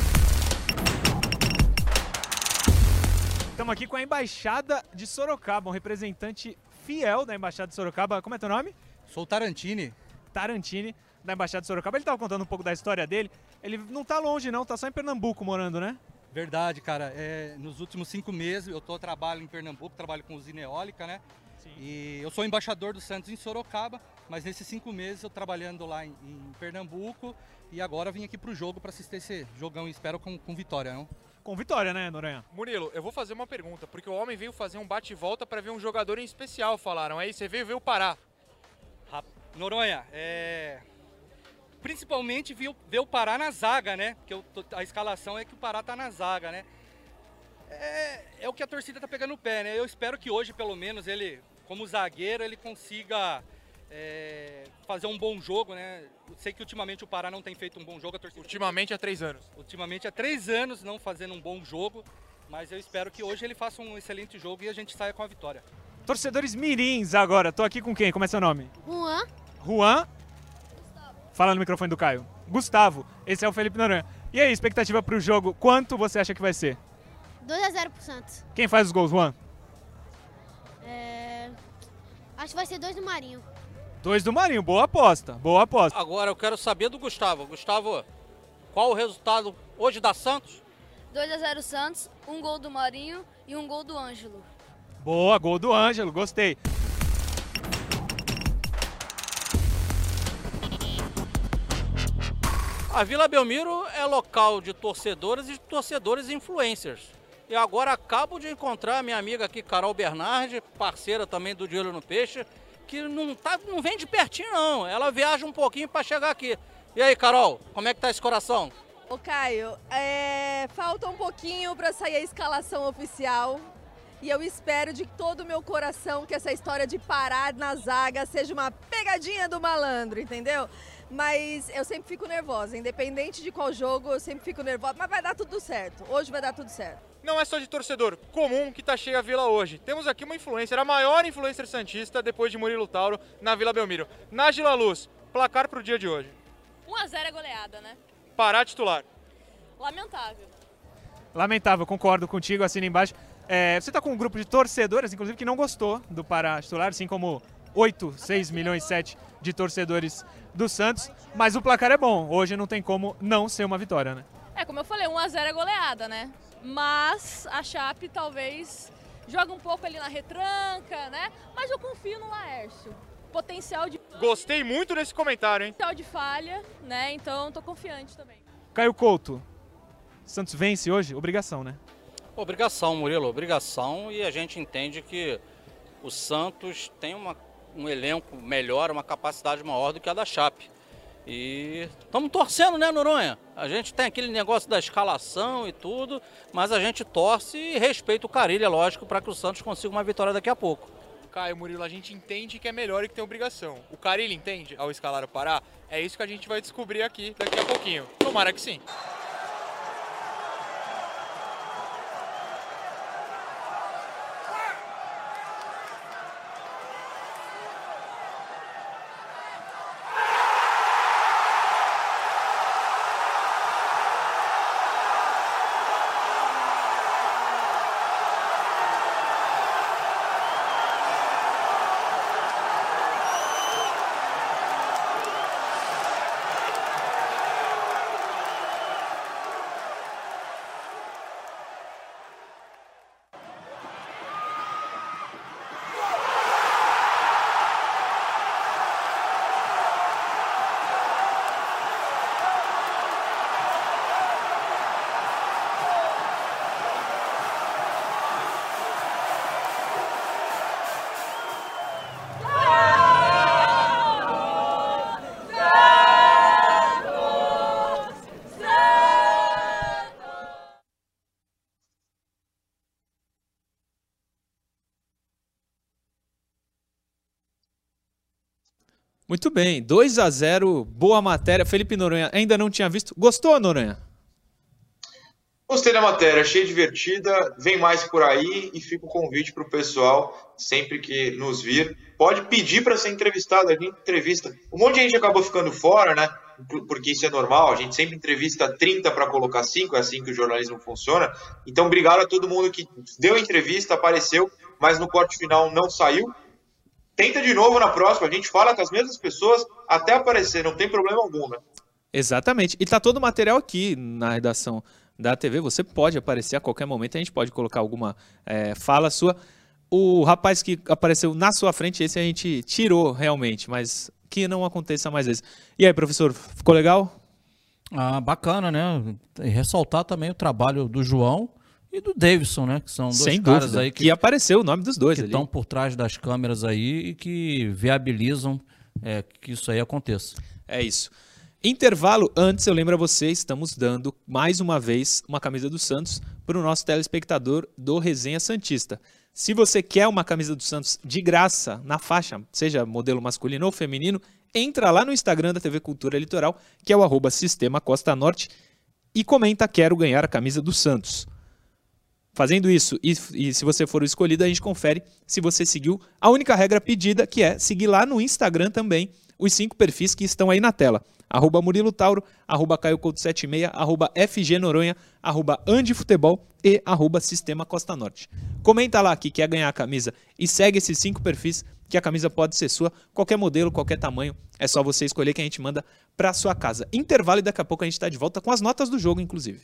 Estamos aqui com a Embaixada de Sorocaba, um representante fiel da Embaixada de Sorocaba. Como é teu nome? Sou o Tarantini. Tarantini, da Embaixada de Sorocaba. Ele estava contando um pouco da história dele. Ele não está longe não, está só em Pernambuco morando, né? Verdade, cara. Nos últimos 5 meses eu trabalho em Pernambuco, trabalho com usina eólica, né? Sim. E eu sou embaixador do Santos em Sorocaba, mas nesses 5 meses eu trabalhando lá em Pernambuco e agora vim aqui pro jogo para assistir esse jogão e espero com vitória, não? Com vitória, né, Noronha? Murilo, eu vou fazer uma pergunta, porque o homem veio fazer um bate-volta para ver um jogador em especial, falaram. Aí você veio ver o Pará. Noronha, principalmente ver o Pará na zaga, né? Porque a escalação é que o Pará tá na zaga, né? É o que a torcida tá pegando no pé, né? Eu espero que hoje, pelo menos, ele, como zagueiro, ele consiga fazer um bom jogo, né? Eu sei que ultimamente o Pará não tem feito um bom jogo. A torcida ultimamente há 3 anos. Ultimamente há 3 anos não fazendo um bom jogo, mas eu espero que hoje ele faça um excelente jogo e a gente saia com a vitória. Torcedores mirins agora. Tô aqui com quem? Como é seu nome? Juan. Juan? Gustavo. Fala no microfone do Caio. Gustavo. Esse é o Felipe Noronha. E aí, expectativa pro jogo? Quanto você acha que vai ser? 2-0 pro Santos. Quem faz os gols, Juan? Acho que vai ser 2 do Marinho. 2 do Marinho. Boa aposta. Boa aposta. Agora eu quero saber do Gustavo. Gustavo, qual o resultado hoje da Santos? 2-0 Santos, 1 gol do Marinho e 1 gol do Ângelo. Boa, gol do Ângelo. Gostei. A Vila Belmiro é local de torcedoras e de torcedores influencers. E agora acabo de encontrar a minha amiga aqui, Carol Bernardi, parceira também do De Olho no Peixe, que não vem de pertinho não, ela viaja um pouquinho para chegar aqui. E aí, Carol, como é que tá esse coração? Ô Caio, falta um pouquinho para sair a escalação oficial e eu espero de todo o meu coração que essa história de parar na zaga seja uma pegadinha do malandro, entendeu? Mas eu sempre fico nervosa, independente de qual jogo, eu sempre fico nervosa, mas vai dar tudo certo, hoje vai dar tudo certo. Não é só de torcedor comum que tá cheia a Vila hoje. Temos aqui uma influencer, a maior influencer santista depois de Murilo Tauro na Vila Belmiro. Nájila Luz, placar pro dia de hoje. 1-0 é goleada, né? Pará titular. Lamentável. Lamentável, concordo contigo, assina embaixo. Você tá com um grupo de torcedores, inclusive, que não gostou do Pará titular, assim como 6 milhões, 7 de torcedores do Santos, mas o placar é bom. Hoje não tem como não ser uma vitória, né? Como eu falei, 1-0 é goleada, né? Mas a Chape talvez jogue um pouco ali na retranca, né? Mas eu confio no Laércio. Potencial de... Gostei muito desse comentário, hein? Potencial de falha, né? Então tô confiante também. Caio Couto, Santos vence hoje? Obrigação, né? Obrigação, Murilo, obrigação, e a gente entende que o Santos tem um elenco melhor, uma capacidade maior do que a da Chape. E estamos torcendo, né, Noronha? A gente tem aquele negócio da escalação e tudo, mas a gente torce e respeita o Carille, é lógico, para que o Santos consiga uma vitória daqui a pouco. Caio, Murilo, a gente entende que é melhor e que tem obrigação. O Carille entende ao escalar o Pará? É isso que a gente vai descobrir aqui daqui a pouquinho. Tomara que sim. Muito bem, 2-0, boa matéria. Felipe Noronha ainda não tinha visto. Gostou, Noronha? Gostei da matéria, achei divertida. Vem mais por aí e fica o convite para o pessoal, sempre que nos vir, pode pedir para ser entrevistado. A gente entrevista. Um monte de gente acabou ficando fora, né? Porque isso é normal. A gente sempre entrevista 30 para colocar 5, é assim que o jornalismo funciona. Então, obrigado a todo mundo que deu entrevista, apareceu, mas no corte final não saiu. Tenta de novo na próxima, a gente fala com as mesmas pessoas até aparecer, não tem problema algum, né? Exatamente, e tá todo o material aqui na redação da TV. Você pode aparecer a qualquer momento, a gente pode colocar alguma fala sua. O rapaz que apareceu na sua frente, esse a gente tirou realmente, mas que não aconteça mais vezes. E aí, professor, ficou legal? Bacana, né? E ressaltar também o trabalho do João e do Davidson, né? Que são dois Sem caras dúvida. aí que apareceu o nome dos dois que ali. estão por trás das câmeras aí e que viabilizam que isso aí aconteça. É isso. Intervalo, antes eu lembro a você, estamos dando mais uma vez uma camisa do Santos para o nosso telespectador do Resenha Santista. Se você quer uma camisa do Santos de graça, na faixa, seja modelo masculino ou feminino, entra lá no Instagram da TV Cultura Litoral, que é o @Sistema Costa Norte, e comenta: quero ganhar a camisa do Santos. Fazendo isso, e se você for o escolhido, a gente confere se você seguiu a única regra pedida, que é seguir lá no Instagram também os 5 perfis que estão aí na tela. @Murilo Tauro, @CaioCouto76, @FGNoronha, @AndiFutebol e @Sistema Costa Norte. Comenta lá que quer ganhar a camisa e segue esses 5 perfis, que a camisa pode ser sua, qualquer modelo, qualquer tamanho, é só você escolher que a gente manda para sua casa. Intervalo e daqui a pouco a gente está de volta com as notas do jogo, inclusive.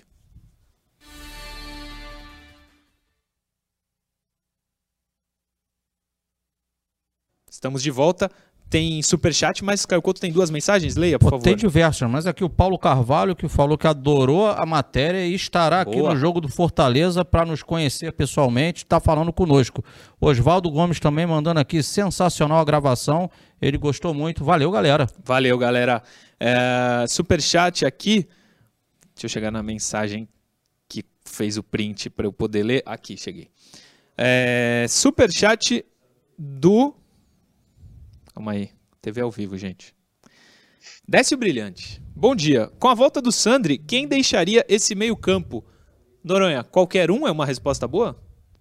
Estamos de volta. Tem superchat, mas Caio Couto tem 2 mensagens. Leia, por favor. Tem diversas, mas aqui o Paulo Carvalho, que falou que adorou a matéria e estará aqui no jogo do Fortaleza para nos conhecer pessoalmente, está falando conosco. Oswaldo Gomes também mandando aqui, sensacional a gravação, ele gostou muito. Valeu, galera. Valeu, galera. Superchat aqui, deixa eu chegar na mensagem que fez o print para eu poder ler. Aqui, cheguei. Superchat do... Calma aí, TV ao vivo, gente. Décio Brilhante. Bom dia. Com a volta do Sandri, quem deixaria esse meio campo? Noronha, qualquer um é uma resposta boa?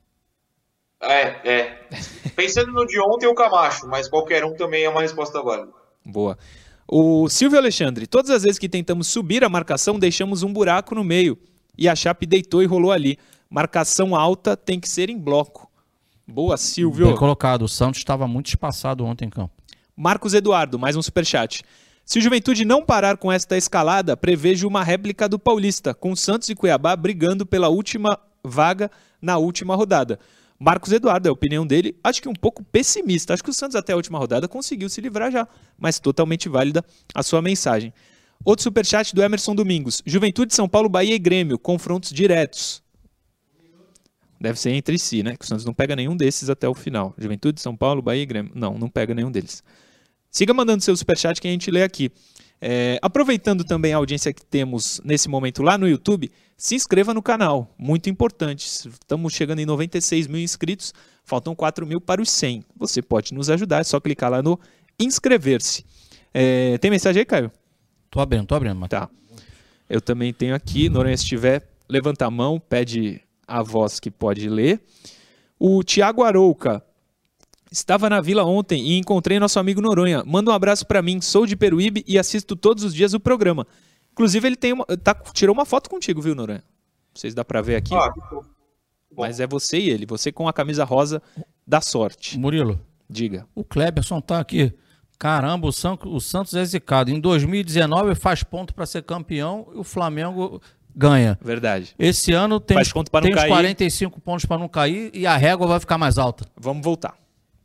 Pensando no de ontem, o Camacho, mas qualquer um também é uma resposta válida. Boa. O Silvio Alexandre. Todas as vezes que tentamos subir a marcação, deixamos um buraco no meio. E a Chape deitou e rolou ali. Marcação alta tem que ser em bloco. Boa, Silvio. Bem colocado. O Santos estava muito espaçado ontem em campo. Marcos Eduardo, mais um superchat. Se o Juventude não parar com esta escalada, prevejo uma réplica do Paulista, com Santos e Cuiabá brigando pela última vaga na última rodada. Marcos Eduardo, é a opinião dele, acho que um pouco pessimista. Acho que o Santos até a última rodada conseguiu se livrar já, mas totalmente válida a sua mensagem. Outro superchat do Emerson Domingos. Juventude, São Paulo, Bahia e Grêmio, confrontos diretos. Deve ser entre si, né? Que o Santos não pega nenhum desses até o final. Juventude, São Paulo, Bahia e Grêmio. Não pega nenhum deles. Siga mandando seu superchat que a gente lê aqui. Aproveitando também a audiência que temos nesse momento lá no YouTube, se inscreva no canal. Muito importante. Estamos chegando em 96 mil inscritos. Faltam 4 mil para os 100. Você pode nos ajudar. É só clicar lá no inscrever-se. Tem mensagem aí, Caio? Tô abrindo, Matheus. Tá. Eu também tenho aqui. Noronha, se tiver, levanta a mão, pede a voz que pode ler. O Thiago Arouca. Estava na Vila ontem e encontrei nosso amigo Noronha. Manda um abraço para mim. Sou de Peruíbe e assisto todos os dias o programa. Inclusive, ele tirou uma foto contigo, viu, Noronha? Não sei se dá para ver aqui. Mas é você e ele. Você com a camisa rosa da sorte. Murilo. Diga. O Kleberson tá aqui. Caramba, o Santos é zicado. Em 2019 faz ponto para ser campeão e o Flamengo ganha. Verdade. Esse ano tem os 45 pontos para não cair e a régua vai ficar mais alta. Vamos voltar.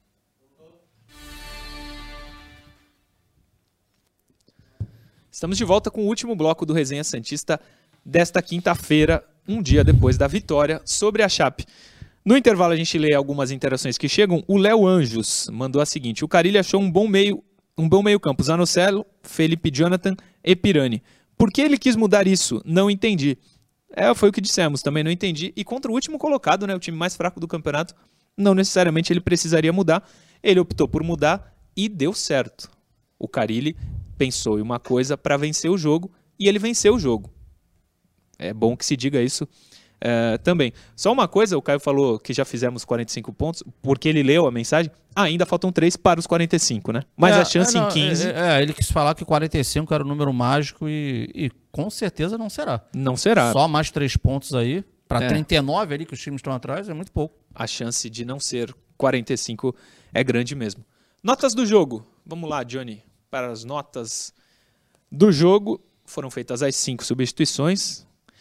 Estamos de volta com o último bloco do Resenha Santista desta quinta-feira, um dia depois da vitória sobre a Chape. No intervalo a gente lê algumas interações que chegam. O Léo Anjos mandou a seguinte: o Carille achou um bom meio campo, Zanocelo, Felipe Jonathan e Pirani. Por que ele quis mudar isso? Não entendi. Foi o que dissemos, também não entendi. E contra o último colocado, né, o time mais fraco do campeonato, não necessariamente ele precisaria mudar. Ele optou por mudar e deu certo. O Carille pensou em uma coisa para vencer o jogo e ele venceu o jogo. É bom que se diga isso também. Só uma coisa, o Caio falou que já fizemos 45 pontos, porque ele leu a mensagem, ainda faltam 3 para os 45, né? Mas a chance em 15... ele quis falar que 45 era o número mágico e com certeza não será. Não será. Só mais 3 pontos aí, para 39 ali que os times estão atrás, é muito pouco. A chance de não ser 45 é grande mesmo. Notas do jogo. Vamos lá, Johnny. Para as notas do jogo, foram feitas as 5 substituições.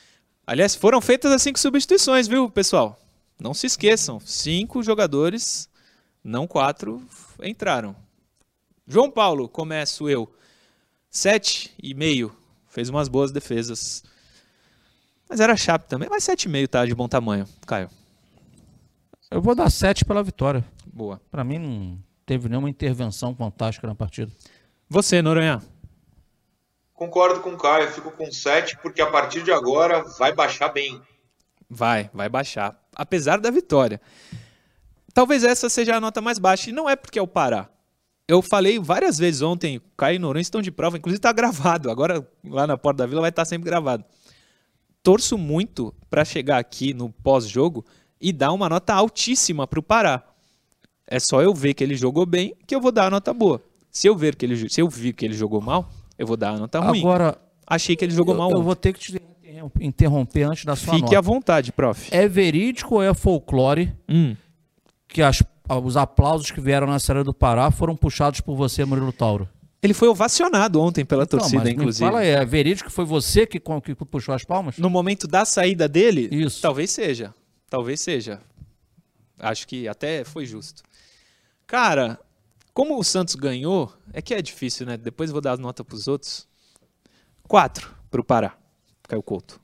Aliás, foram feitas as 5 substituições, viu, pessoal? Não se esqueçam, 5 jogadores, não 4, entraram. João Paulo, começo eu. 7,5. Fez umas boas defesas. Mas era Chape também. Mas 7,5 tá de bom tamanho. Caio. Eu vou dar 7 pela vitória. Boa. Pra mim não teve nenhuma intervenção fantástica na partida. Você, Noronha. Concordo com o Caio, fico com 7, porque a partir de agora vai baixar bem. Vai baixar. Apesar da vitória. Talvez essa seja a nota mais baixa. E não é porque é o Pará. Eu falei várias vezes ontem, Caio e Noronha estão de prova, inclusive está gravado. Agora, lá na Porta da Vila, vai estar sempre gravado. Torço muito para chegar aqui no pós-jogo e dar uma nota altíssima para o Pará. É só eu ver que ele jogou bem que eu vou dar a nota boa. Se eu vi que ele jogou mal, eu vou dar a nota ruim. Agora, achei que ele jogou mal. Eu vou ter que te interromper antes da sua nota. Fique à vontade, prof. É verídico ou é folclore que os aplausos que vieram na saída do Pará foram puxados por você, Murilo Tauro? Ele foi ovacionado ontem pela torcida, mas inclusive. Fala aí, é verídico que foi você que puxou as palmas? No momento da saída dele, isso. Talvez seja. Talvez seja. Acho que até foi justo. Cara, como o Santos ganhou, é que é difícil, né? Depois eu vou dar as notas pros outros. 4 pro Pará. Caio Couto.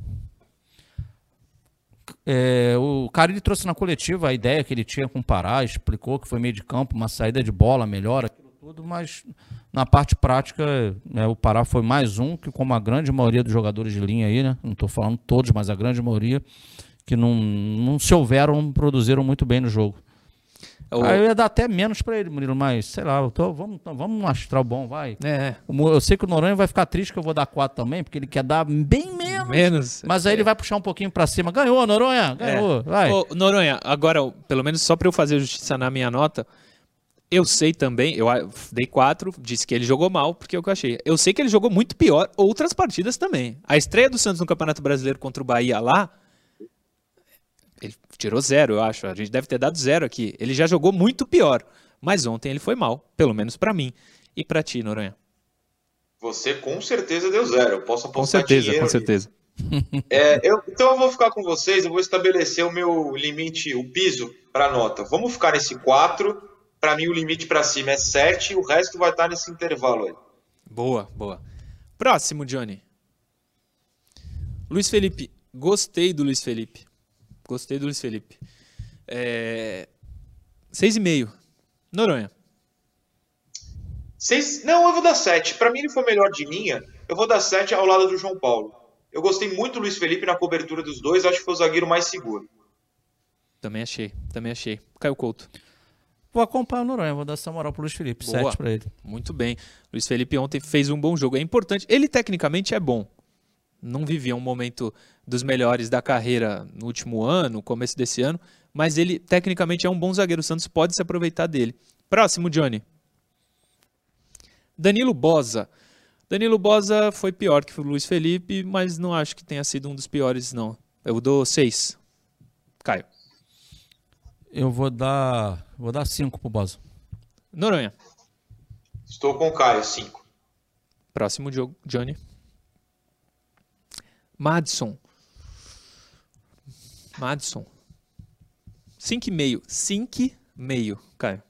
O Carille trouxe na coletiva a ideia que ele tinha com o Pará, explicou que foi meio de campo, uma saída de bola melhor, aquilo tudo, mas na parte prática, o Pará foi mais um que, como a grande maioria dos jogadores de linha aí, né? Não estou falando todos, mas a grande maioria, que não se houveram, não produziram muito bem no jogo. Aí eu ia dar até menos pra ele, Murilo, mas sei lá, vamos astral bom, vai. Eu sei que o Noronha vai ficar triste que eu vou dar 4 também, porque ele quer dar bem menos. Mas aí ele vai puxar um pouquinho pra cima. Ganhou, Noronha, ganhou, vai. Ô, Noronha, agora, pelo menos só pra eu fazer justiça na minha nota, eu sei também, eu dei 4, disse que ele jogou mal, porque é o que eu achei. Eu sei que ele jogou muito pior outras partidas também. A estreia do Santos no Campeonato Brasileiro contra o Bahia lá, ele tirou 0, eu acho. A gente deve ter dado 0 aqui. Ele já jogou muito pior. Mas ontem ele foi mal, pelo menos pra mim. E pra ti, Noronha? Você com certeza deu 0. Eu posso apostar Com certeza. Então eu vou ficar com vocês. Eu vou estabelecer o meu limite, o piso pra nota. Vamos ficar nesse 4. Pra mim o limite pra cima é 7. O resto vai estar nesse intervalo aí. Boa. Próximo, Johnny. Luiz Felipe. Gostei do Luiz Felipe. 6,5. Noronha. 6? Não, eu vou dar 7. Pra mim ele foi melhor de linha. Eu vou dar 7 ao lado do João Paulo. Eu gostei muito do Luiz Felipe na cobertura dos dois. Acho que foi o zagueiro mais seguro. Também achei. Caio Couto. Vou acompanhar o Noronha, vou dar essa moral pro Luiz Felipe. 7 pra ele. Muito bem. Luiz Felipe ontem fez um bom jogo. É importante. Ele tecnicamente é bom. Não vivia um momento dos melhores da carreira no último ano, começo desse ano, mas ele tecnicamente é um bom zagueiro. O Santos pode se aproveitar dele. Próximo, Johnny. Danilo Boza. Danilo Boza foi pior que o Luiz Felipe, mas não acho que tenha sido um dos piores, não. Eu dou 6. Caio. Eu vou dar 5 pro Boza. Noronha. Estou com o Caio, 5. Próximo, Johnny. Madison. 5,5. 5,5, Caio.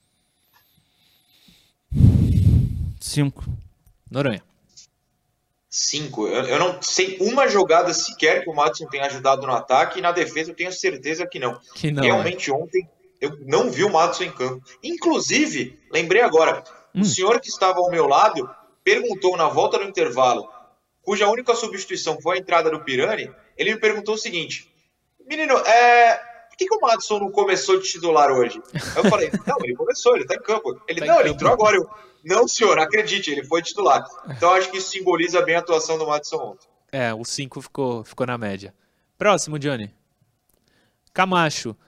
5. Noronha. 5. Eu não sei uma jogada sequer que o Madison tenha ajudado no ataque, e na defesa eu tenho certeza que não. Realmente ontem eu não vi o Madison em campo. Inclusive, lembrei agora, o senhor que estava ao meu lado perguntou na volta do intervalo, cuja única substituição foi a entrada do Pirani, ele me perguntou o seguinte: menino, por que o Madison não começou de titular hoje? Aí eu falei, não, ele começou, ele tá em campo. Ele entrou agora. Não, senhor, acredite, ele foi titular. Então acho que isso simboliza bem a atuação do Madison ontem. O 5 ficou na média. Próximo, Johnny. Camacho.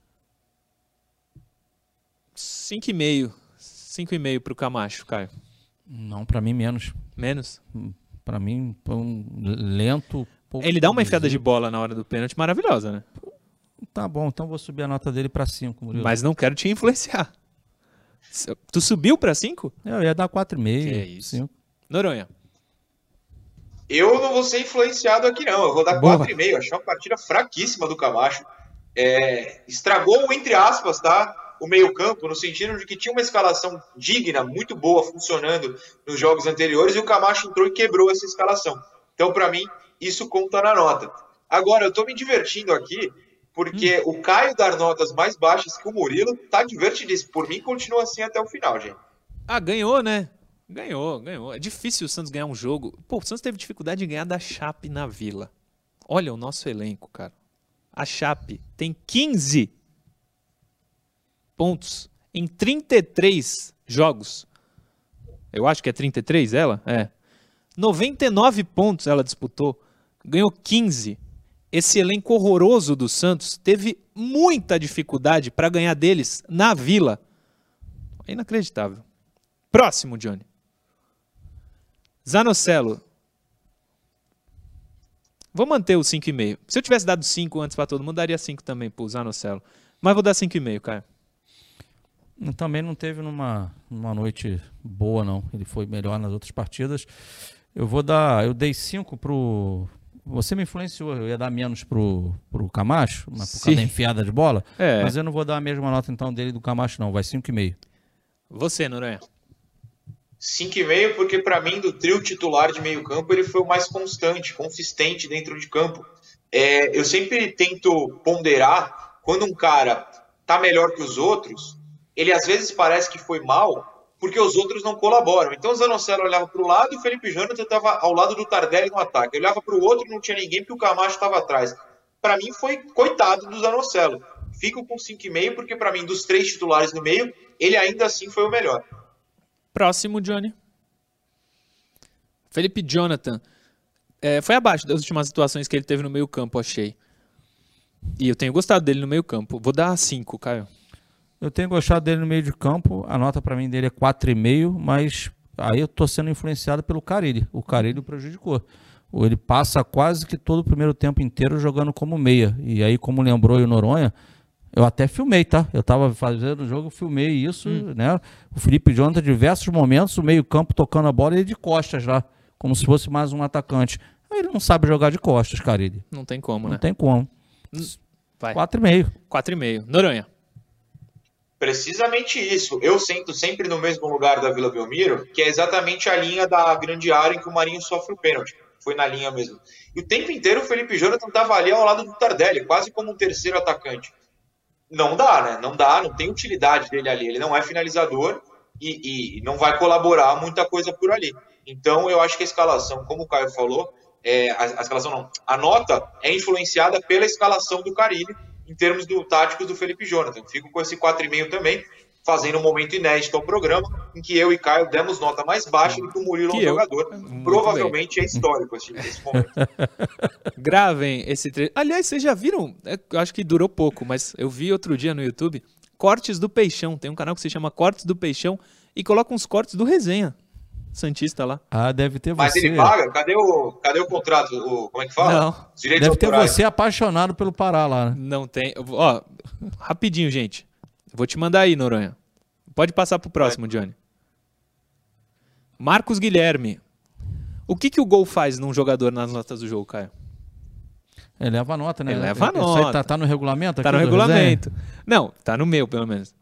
5,5. 5,5 pro Camacho, Caio. Não, pra mim menos. Menos? Pra mim, lento. Ele dá uma enfiada de bola na hora do pênalti maravilhosa, né? Tá bom, então vou subir a nota dele pra 5, Murilo. Mas não quero te influenciar. Tu subiu pra 5? Eu ia dar 4,5. Que é isso. 5. Noronha. Eu não vou ser influenciado aqui, não. Eu vou dar 4,5. Achei uma partida fraquíssima do Camacho. Estragou, entre aspas, tá? O meio-campo, no sentido de que tinha uma escalação digna, muito boa, funcionando nos jogos anteriores, e o Camacho entrou e quebrou essa escalação. Então, para mim, isso conta na nota. Agora, eu tô me divertindo aqui, porque o Caio dar notas mais baixas que o Murilo tá divertidíssimo. Por mim, continua assim até o final, gente. Ah, ganhou, né? Ganhou. É difícil o Santos ganhar um jogo. Pô, o Santos teve dificuldade em ganhar da Chape na Vila. Olha o nosso elenco, cara. A Chape tem 15 pontos em 33 jogos. Eu acho que é 33 ela? 99 pontos ela disputou. Ganhou 15. Esse elenco horroroso do Santos teve muita dificuldade para ganhar deles na Vila. É inacreditável. Próximo, Johnny. Zanocelo. Vou manter o 5,5. Se eu tivesse dado 5 antes para todo mundo, daria 5 também pro Zanocelo. Mas vou dar 5,5, Caio. Também não teve numa noite boa, não. Ele foi melhor nas outras partidas. Eu dei 5 pro... Você me influenciou, eu ia dar menos pro Camacho, por causa da enfiada de bola. Mas eu não vou dar a mesma nota então dele do Camacho, não. Vai 5,5. Você, Noronha? 5,5, porque para mim, do trio titular de meio campo, ele foi o mais constante, consistente dentro de campo. Eu sempre tento ponderar, quando um cara tá melhor que os outros, ele às vezes parece que foi mal, porque os outros não colaboram. Então o Zanocelo olhava para o lado e o Felipe Jonathan estava ao lado do Tardelli no ataque. Eu olhava para o outro e não tinha ninguém porque o Camacho estava atrás. Para mim foi coitado do Zanocelo. Fico com 5,5 porque para mim, dos 3 titulares no meio, ele ainda assim foi o melhor. Próximo, Johnny. Felipe Jonathan. Foi abaixo das últimas situações que ele teve no meio campo, achei. E eu tenho gostado dele no meio campo. Vou dar 5, Caio. Eu tenho gostado dele no meio de campo. A nota para mim dele é 4,5, mas aí eu tô sendo influenciado pelo Carille. O Carille o prejudicou. Ele passa quase que todo o primeiro tempo inteiro jogando como meia. E aí, como lembrou o Noronha, eu até filmei, tá? Eu tava fazendo o jogo, eu filmei isso, né? O Felipe Jonathan, diversos momentos, o meio campo tocando a bola e ele de costas lá, como se fosse mais um atacante. Aí ele não sabe jogar de costas, Carille. Não tem como, né? Não tem como. Vai. 4,5. 4,5. Noronha. Precisamente isso. Eu sento sempre no mesmo lugar da Vila Belmiro, que é exatamente a linha da grande área em que o Marinho sofre o pênalti. Foi na linha mesmo. E o tempo inteiro o Felipe Jonathan estava ali ao lado do Tardelli, quase como um terceiro atacante. Não dá, né? Não dá, não tem utilidade dele ali. Ele não é finalizador e não vai colaborar muita coisa por ali. Então eu acho que a escalação, como o Caio falou, a escalação não, a nota é influenciada pela escalação do Carille, em termos táticos do Felipe Jonathan. Fico com esse 4,5 também, fazendo um momento inédito ao programa, em que eu e Caio demos nota mais baixa do que o Murilo, jogador. Provavelmente é histórico esse momento. Gravem esse trecho. Aliás, vocês já viram? Eu acho que durou pouco, mas eu vi outro dia no YouTube, Cortes do Peixão. Tem um canal que se chama Cortes do Peixão e coloca uns cortes do Resenha Santista lá. Ah, deve ter você. Mas ele paga? Cadê o contrato? Como é que fala? Não. Deve ter você apaixonado pelo Pará lá, né? Não tem. Ó, rapidinho, gente. Vou te mandar aí, Noronha. Pode passar pro próximo, Johnny. Marcos Guilherme. O que o gol faz num jogador nas notas do jogo, Caio? Ele leva a nota, né? Ele leva a nota. Isso aí tá no regulamento? Tá no regulamento. Não, tá no meu, pelo menos.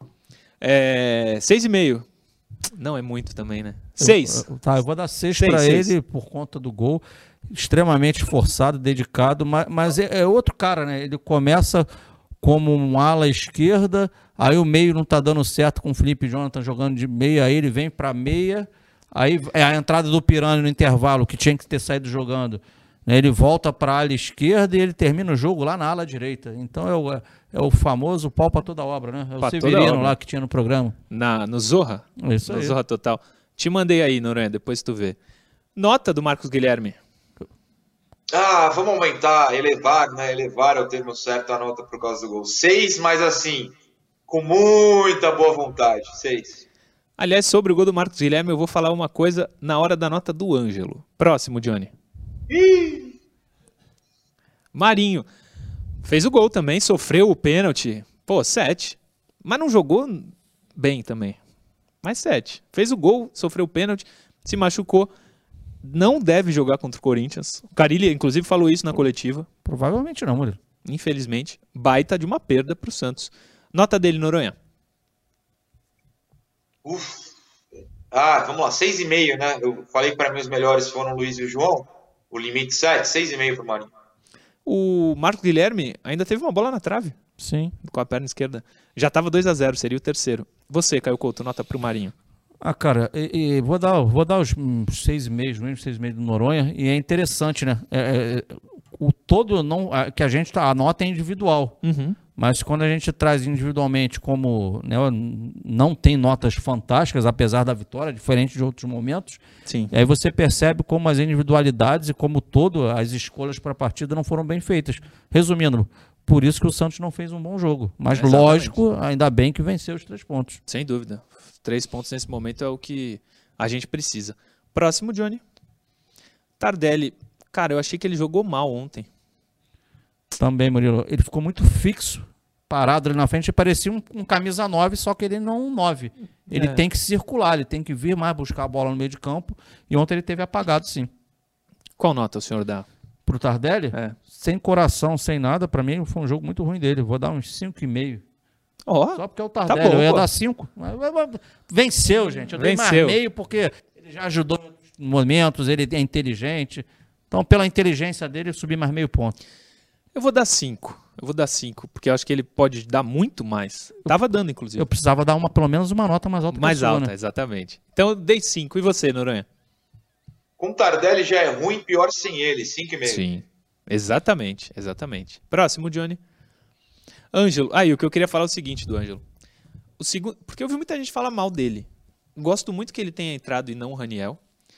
6,5. Não, é muito também, né? 6. Eu vou dar 6 para ele por conta do gol. Extremamente esforçado, dedicado, mas é outro cara, né? Ele começa como um ala esquerda, aí o meio não tá dando certo com o Felipe Jonathan jogando de meia, aí ele vem para meia, aí é a entrada do Pirani no intervalo, que tinha que ter saído jogando. Ele volta para a ala esquerda e ele termina o jogo lá na ala direita. Então é o famoso pau para toda obra, né? É o Severino lá que tinha no programa. No Zorra? Isso aí. No Zorra Total. Te mandei aí, Noronha, depois tu vê. Nota do Marcos Guilherme. Vamos aumentar, elevar, né? Elevar é o termo certo, a nota por causa do gol. 6, mas assim, com muita boa vontade. 6. Aliás, sobre o gol do Marcos Guilherme, eu vou falar uma coisa na hora da nota do Ângelo. Próximo, Johnny. Marinho. Fez o gol também, sofreu o pênalti. 7. Mas não jogou bem também. Mais 7. Fez o gol, sofreu o pênalti, se machucou. não deve jogar contra o Corinthians. O Carille, inclusive, falou isso na coletiva. Provavelmente não, Murilo. Infelizmente, baita de uma perda para o Santos. Nota dele, Noronha. Vamos lá, 6,5, né? Eu falei que para mim os melhores foram o Luiz e o João. O limite 7, 6,5 para o Marinho. O Marcos Guilherme ainda teve uma bola na trave. Sim. Com a perna esquerda. Já estava 2-0, seria o terceiro. Você, Caio Couto, nota para o Marinho. Cara, vou dar os 6,5, mesmo 6,5 do Noronha, e é interessante, né? O todo que a gente anota é individual, mas quando a gente traz individualmente como, né, não tem notas fantásticas, apesar da vitória, diferente de outros momentos, sim. Aí você percebe como as individualidades e como as escolhas para a partida não foram bem feitas. Resumindo, por isso que o Santos não fez um bom jogo, mas lógico, ainda bem que venceu os 3 pontos. Sem dúvida. 3 pontos nesse momento é o que a gente precisa. Próximo, Johnny. Tardelli. Cara, eu achei que ele jogou mal ontem. Também, Murilo. Ele ficou muito fixo, parado ali na frente. Parecia um camisa 9, só que ele não é um 9. Ele tem que circular, ele tem que vir mais buscar a bola no meio de campo. E ontem ele teve apagado, sim. Qual nota o senhor dá? Pro Tardelli? Sem coração, sem nada. Pra mim foi um jogo muito ruim dele. Vou dar uns 5,5. Só porque é o Tardelli, tá bom, eu ia dar 5. Venceu, gente. Eu dei mais meio porque ele já ajudou em outros momentos, ele é inteligente. Então, pela inteligência dele, eu subi mais meio ponto. Eu vou dar 5. Porque eu acho que ele pode dar muito mais. Tava dando, inclusive. Eu precisava dar pelo menos uma nota mais alta. Mais alta, né? Exatamente. Então eu dei 5. E você, Noronha? Com o Tardelli já é ruim, pior sem ele. 5,5. Sim, exatamente. Próximo, Johnny. Ângelo. O que eu queria falar é o seguinte do Ângelo. Porque eu vi muita gente falar mal dele. Gosto muito que ele tenha entrado e não o Raniel.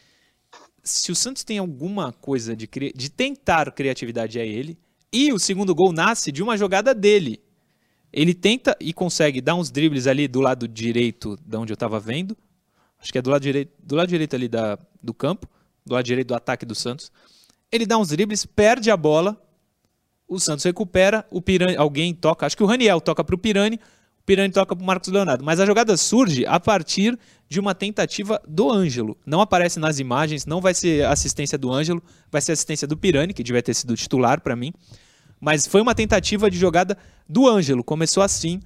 Se o Santos tem alguma coisa de tentar criatividade, é ele. E o segundo gol nasce de uma jogada dele. Ele tenta e consegue dar uns dribles ali do lado direito, de onde eu estava vendo. Acho que é do lado direito ali do campo. Do lado direito do ataque do Santos. Ele dá uns dribles, perde a bola. O Santos recupera, alguém toca, acho que o Raniel toca para o Pirani toca para o Marcos Leonardo. Mas a jogada surge a partir de uma tentativa do Ângelo. Não aparece nas imagens, não vai ser assistência do Ângelo, vai ser assistência do Pirani, que devia ter sido titular para mim. Mas foi uma tentativa de jogada do Ângelo. Começou assim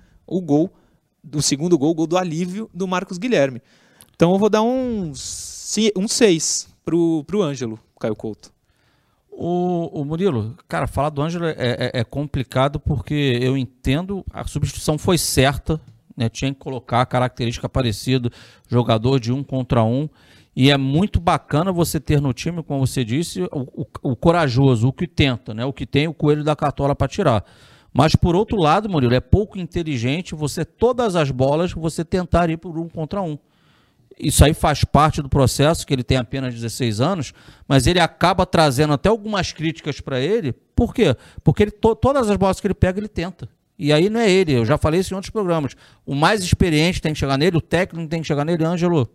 o segundo gol, o gol do alívio do Marcos Guilherme. Então eu vou dar um 6 pro Ângelo, Caio Couto. O Murilo, cara, falar do Ângelo é complicado porque eu entendo, a substituição foi certa, né? Tinha que colocar a característica parecida, jogador de 1 contra 1, e é muito bacana você ter no time, como você disse, o corajoso, o que tenta, né? O que tem o coelho da cartola para tirar. Mas por outro lado, Murilo, é pouco inteligente todas as bolas, você tentar ir por 1 contra 1. Isso aí faz parte do processo, que ele tem apenas 16 anos, mas ele acaba trazendo até algumas críticas para ele. Por quê? Porque todas as bolas que ele pega, ele tenta. E aí não é ele, eu já falei isso em outros programas. O mais experiente tem que chegar nele, o técnico tem que chegar nele. Ângelo,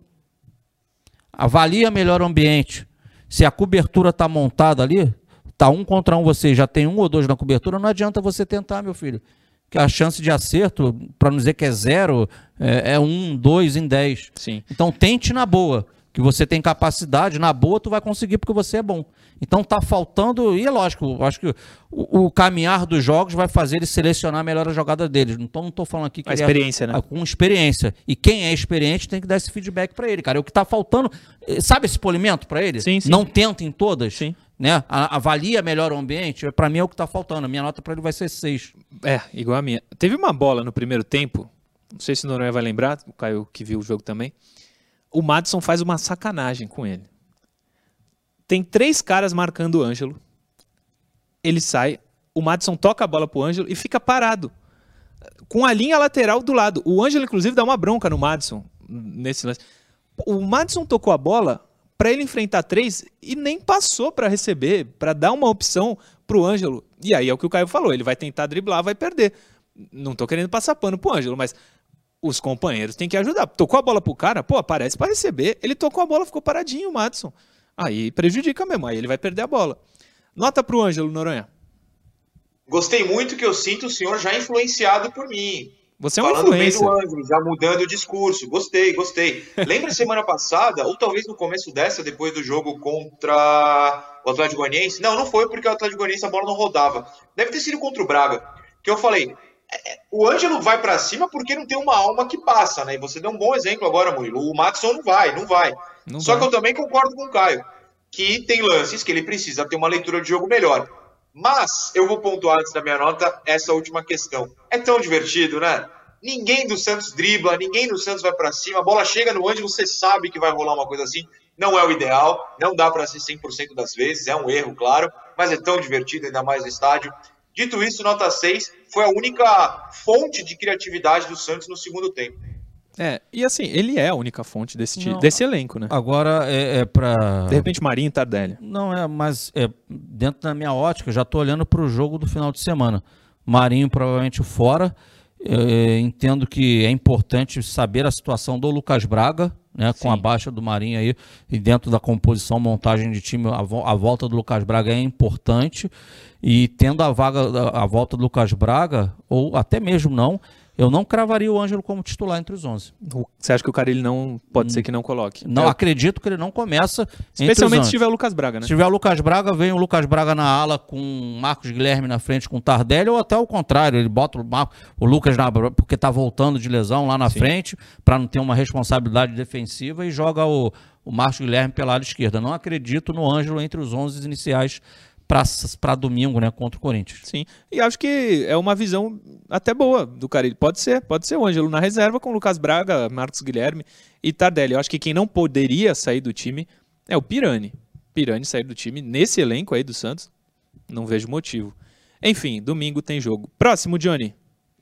avalia melhor o ambiente. Se a cobertura está montada ali, está 1 contra 1, você já tem 1 ou 2 na cobertura, não adianta você tentar, meu filho. Que a chance de acerto, para não dizer que é 0, é 1, 2 em 10. Sim. Então tente na boa, que você tem capacidade, na boa tu vai conseguir porque você é bom. Então tá faltando, e é lógico, acho que o caminhar dos jogos vai fazer ele selecionar melhor a jogada deles. Então não tô falando aqui que a experiência, né? Com experiência. E quem é experiente tem que dar esse feedback para ele, cara. O que tá faltando, sabe esse polimento para ele? Sim. Não tenta em todas? Sim. Né? Avalia melhor o ambiente, para mim é o que está faltando. A minha nota para ele vai ser 6. Igual a minha. Teve uma bola no primeiro tempo, não sei se o Noronha vai lembrar, o Caio que viu o jogo também. O Madison faz uma sacanagem com ele. Tem 3 caras marcando o Ângelo. Ele sai, o Madison toca a bola pro Ângelo e fica parado. Com a linha lateral do lado. O Ângelo, inclusive, dá uma bronca no Madison nesse lance. O Madison tocou a bola para ele enfrentar 3 e nem passou para receber, para dar uma opção pro Ângelo. E aí é o que o Caio falou, ele vai tentar driblar, vai perder. Não tô querendo passar pano pro Ângelo, mas os companheiros têm que ajudar. Tocou a bola pro cara, aparece para receber. Ele tocou a bola, ficou paradinho o Madison. Aí prejudica mesmo, aí ele vai perder a bola. Nota pro Ângelo, Noronha. Gostei muito, que eu sinto o senhor já influenciado por mim. Você é uma Falando bem influência. do Ângelo, já mudando o discurso. Gostei. Lembra semana passada, ou talvez no começo dessa, depois do jogo contra o Atlético Goianiense? Não foi porque o Atlético Goianiense a bola não rodava. Deve ter sido contra o Braga. Que eu falei, o Ângelo vai pra cima porque não tem uma alma que passa, né? E você deu um bom exemplo agora, Murilo. O Madison não vai. Só que eu também concordo com o Caio, que tem lances que ele precisa ter uma leitura de jogo melhor. Mas eu vou pontuar antes da minha nota essa última questão. É tão divertido, né? Ninguém do Santos dribla, ninguém do Santos vai pra cima, a bola chega no Ângelo, você sabe que vai rolar uma coisa assim. Não é o ideal, não dá para ser 100% das vezes, é um erro, claro, mas é tão divertido, ainda mais no estádio. Dito isso, nota 6 foi a única fonte de criatividade do Santos no segundo tempo. E assim, ele é a única fonte desse elenco, né? Agora para... De repente, Marinho e Tardelli. Não, mas dentro da minha ótica, já estou olhando para o jogo do final de semana. Marinho provavelmente fora. Entendo que é importante saber a situação do Lucas Braga, né, com a baixa do Marinho aí, e dentro da composição, montagem de time, a volta do Lucas Braga é importante. E tendo a volta do Lucas Braga, ou até mesmo não, eu não cravaria o Ângelo como titular entre os 11. Você acha que o cara ele não pode ser que não coloque? Não, acredito que ele não começa. Especialmente se tiver o Lucas Braga, né? Se tiver o Lucas Braga, vem o Lucas Braga na ala com o Marcos Guilherme na frente com o Tardelli, ou até o contrário, ele bota o Lucas porque tá voltando de lesão lá na frente, para não ter uma responsabilidade defensiva, e joga o Marcos Guilherme pela ala esquerda. Não acredito no Ângelo entre os 11 iniciais para domingo, né, contra o Corinthians. Sim, e acho que é uma visão até boa do cara. Ele pode ser o Ângelo na reserva com o Lucas Braga, Marcos Guilherme e Tardelli. Eu acho que quem não poderia sair do time é o Pirani. Pirani sair do time nesse elenco aí do Santos, não vejo motivo. Enfim, domingo tem jogo. Próximo, Johnny.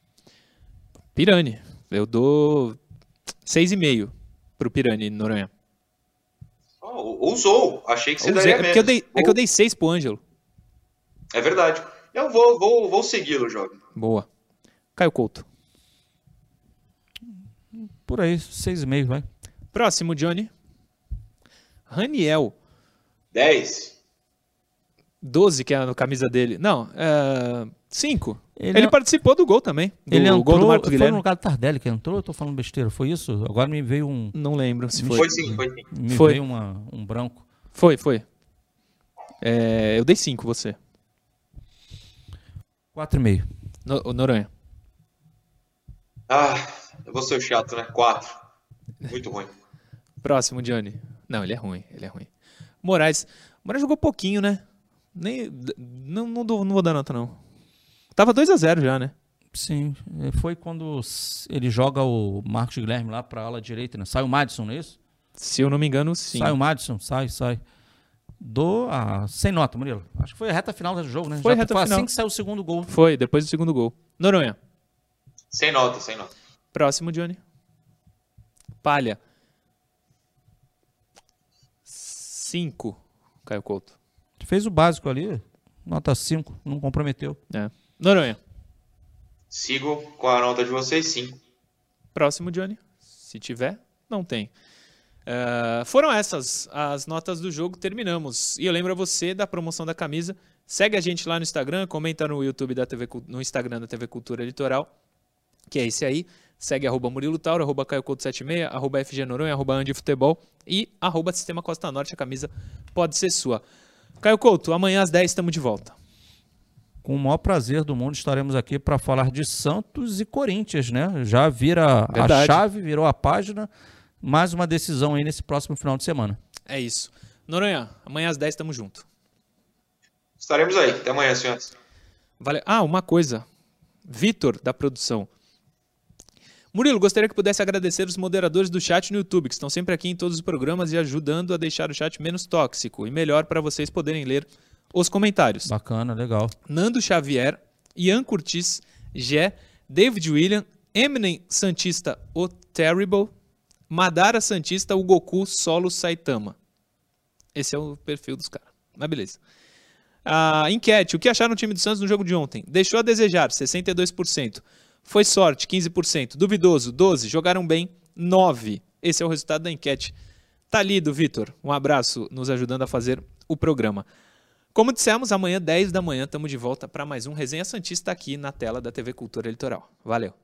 Pirani. Eu dou 6,5 pro Pirani, Noronha. Ousou. Achei que você daria menos. É que eu dei 6 pro Ângelo. É verdade. Eu vou segui-lo, jovem. Boa. Caio Couto. Por aí, 6,5, vai. Próximo, Johnny. Raniel. 10. 12, que é a camisa dele. Não, 5. Ele participou do gol também. Ele entrou, gol do Marcos Guilherme. Foi no lugar do Tardelli que entrou, eu tô falando besteira, foi isso? Agora me veio um... Não lembro se foi. Foi sim. Me veio um branco. Foi. Eu dei 5, você. 4,5. Noronha. Eu vou ser o chato, né? 4. Muito ruim. Próximo, Johnny. Não, ele é ruim. Moraes jogou pouquinho, né? Não vou dar nota, não. Tava 2-0 já, né? Sim, foi quando ele joga o Marcos Guilherme lá pra ala direita, né? Sai o Madison, não é isso? Se eu não me engano, sim. Sai o Madison, sai. Sem nota, Murilo. Acho que foi a reta final do jogo, né? Foi reta final. Assim que saiu o segundo gol. Foi, depois do segundo gol. Noronha. Sem nota. Próximo, Johnny. Palha. 5, Caio Couto. Fez o básico ali, nota 5, não comprometeu. Noronha. Sigo com a nota de vocês, 5. Próximo, Johnny. Se tiver, não tem. Foram essas as notas do jogo, terminamos. E eu lembro a você da promoção da camisa. Segue a gente lá no Instagram, comenta no YouTube no Instagram da TV Cultura Litoral, que é esse aí. Segue @Murilo Tauro, @CaioCouto76, @FGNoronha, @AndiFutebol e @Sistema Costa Norte. A camisa pode ser sua. Caio Couto, amanhã às 10 estamos de volta. Com o maior prazer do mundo estaremos aqui para falar de Santos e Corinthians, né? Já vira a chave, virou a página. Mais uma decisão aí nesse próximo final de semana. É isso. Noronha, amanhã às 10 estamos juntos. Estaremos aí. Até amanhã, senhores. Valeu. Uma coisa. Vitor, da produção. Murilo, gostaria que pudesse agradecer os moderadores do chat no YouTube, que estão sempre aqui em todos os programas e ajudando a deixar o chat menos tóxico e melhor para vocês poderem ler os comentários. Bacana, legal. Nando Xavier, Ian Curtis, Gé, David William, Eminem Santista, O Terrible, Madara Santista, o Goku Solo Saitama. Esse é o perfil dos caras. Mas beleza. Enquete. O que acharam do time do Santos no jogo de ontem? Deixou a desejar, 62%. Foi sorte, 15%. Duvidoso, 12%. Jogaram bem, 9%. Esse é o resultado da enquete. Tá lido, Vitor. Um abraço nos ajudando a fazer o programa. Como dissemos, amanhã, 10 da manhã, estamos de volta para mais um Resenha Santista aqui na tela da TV Cultura Litoral. Valeu.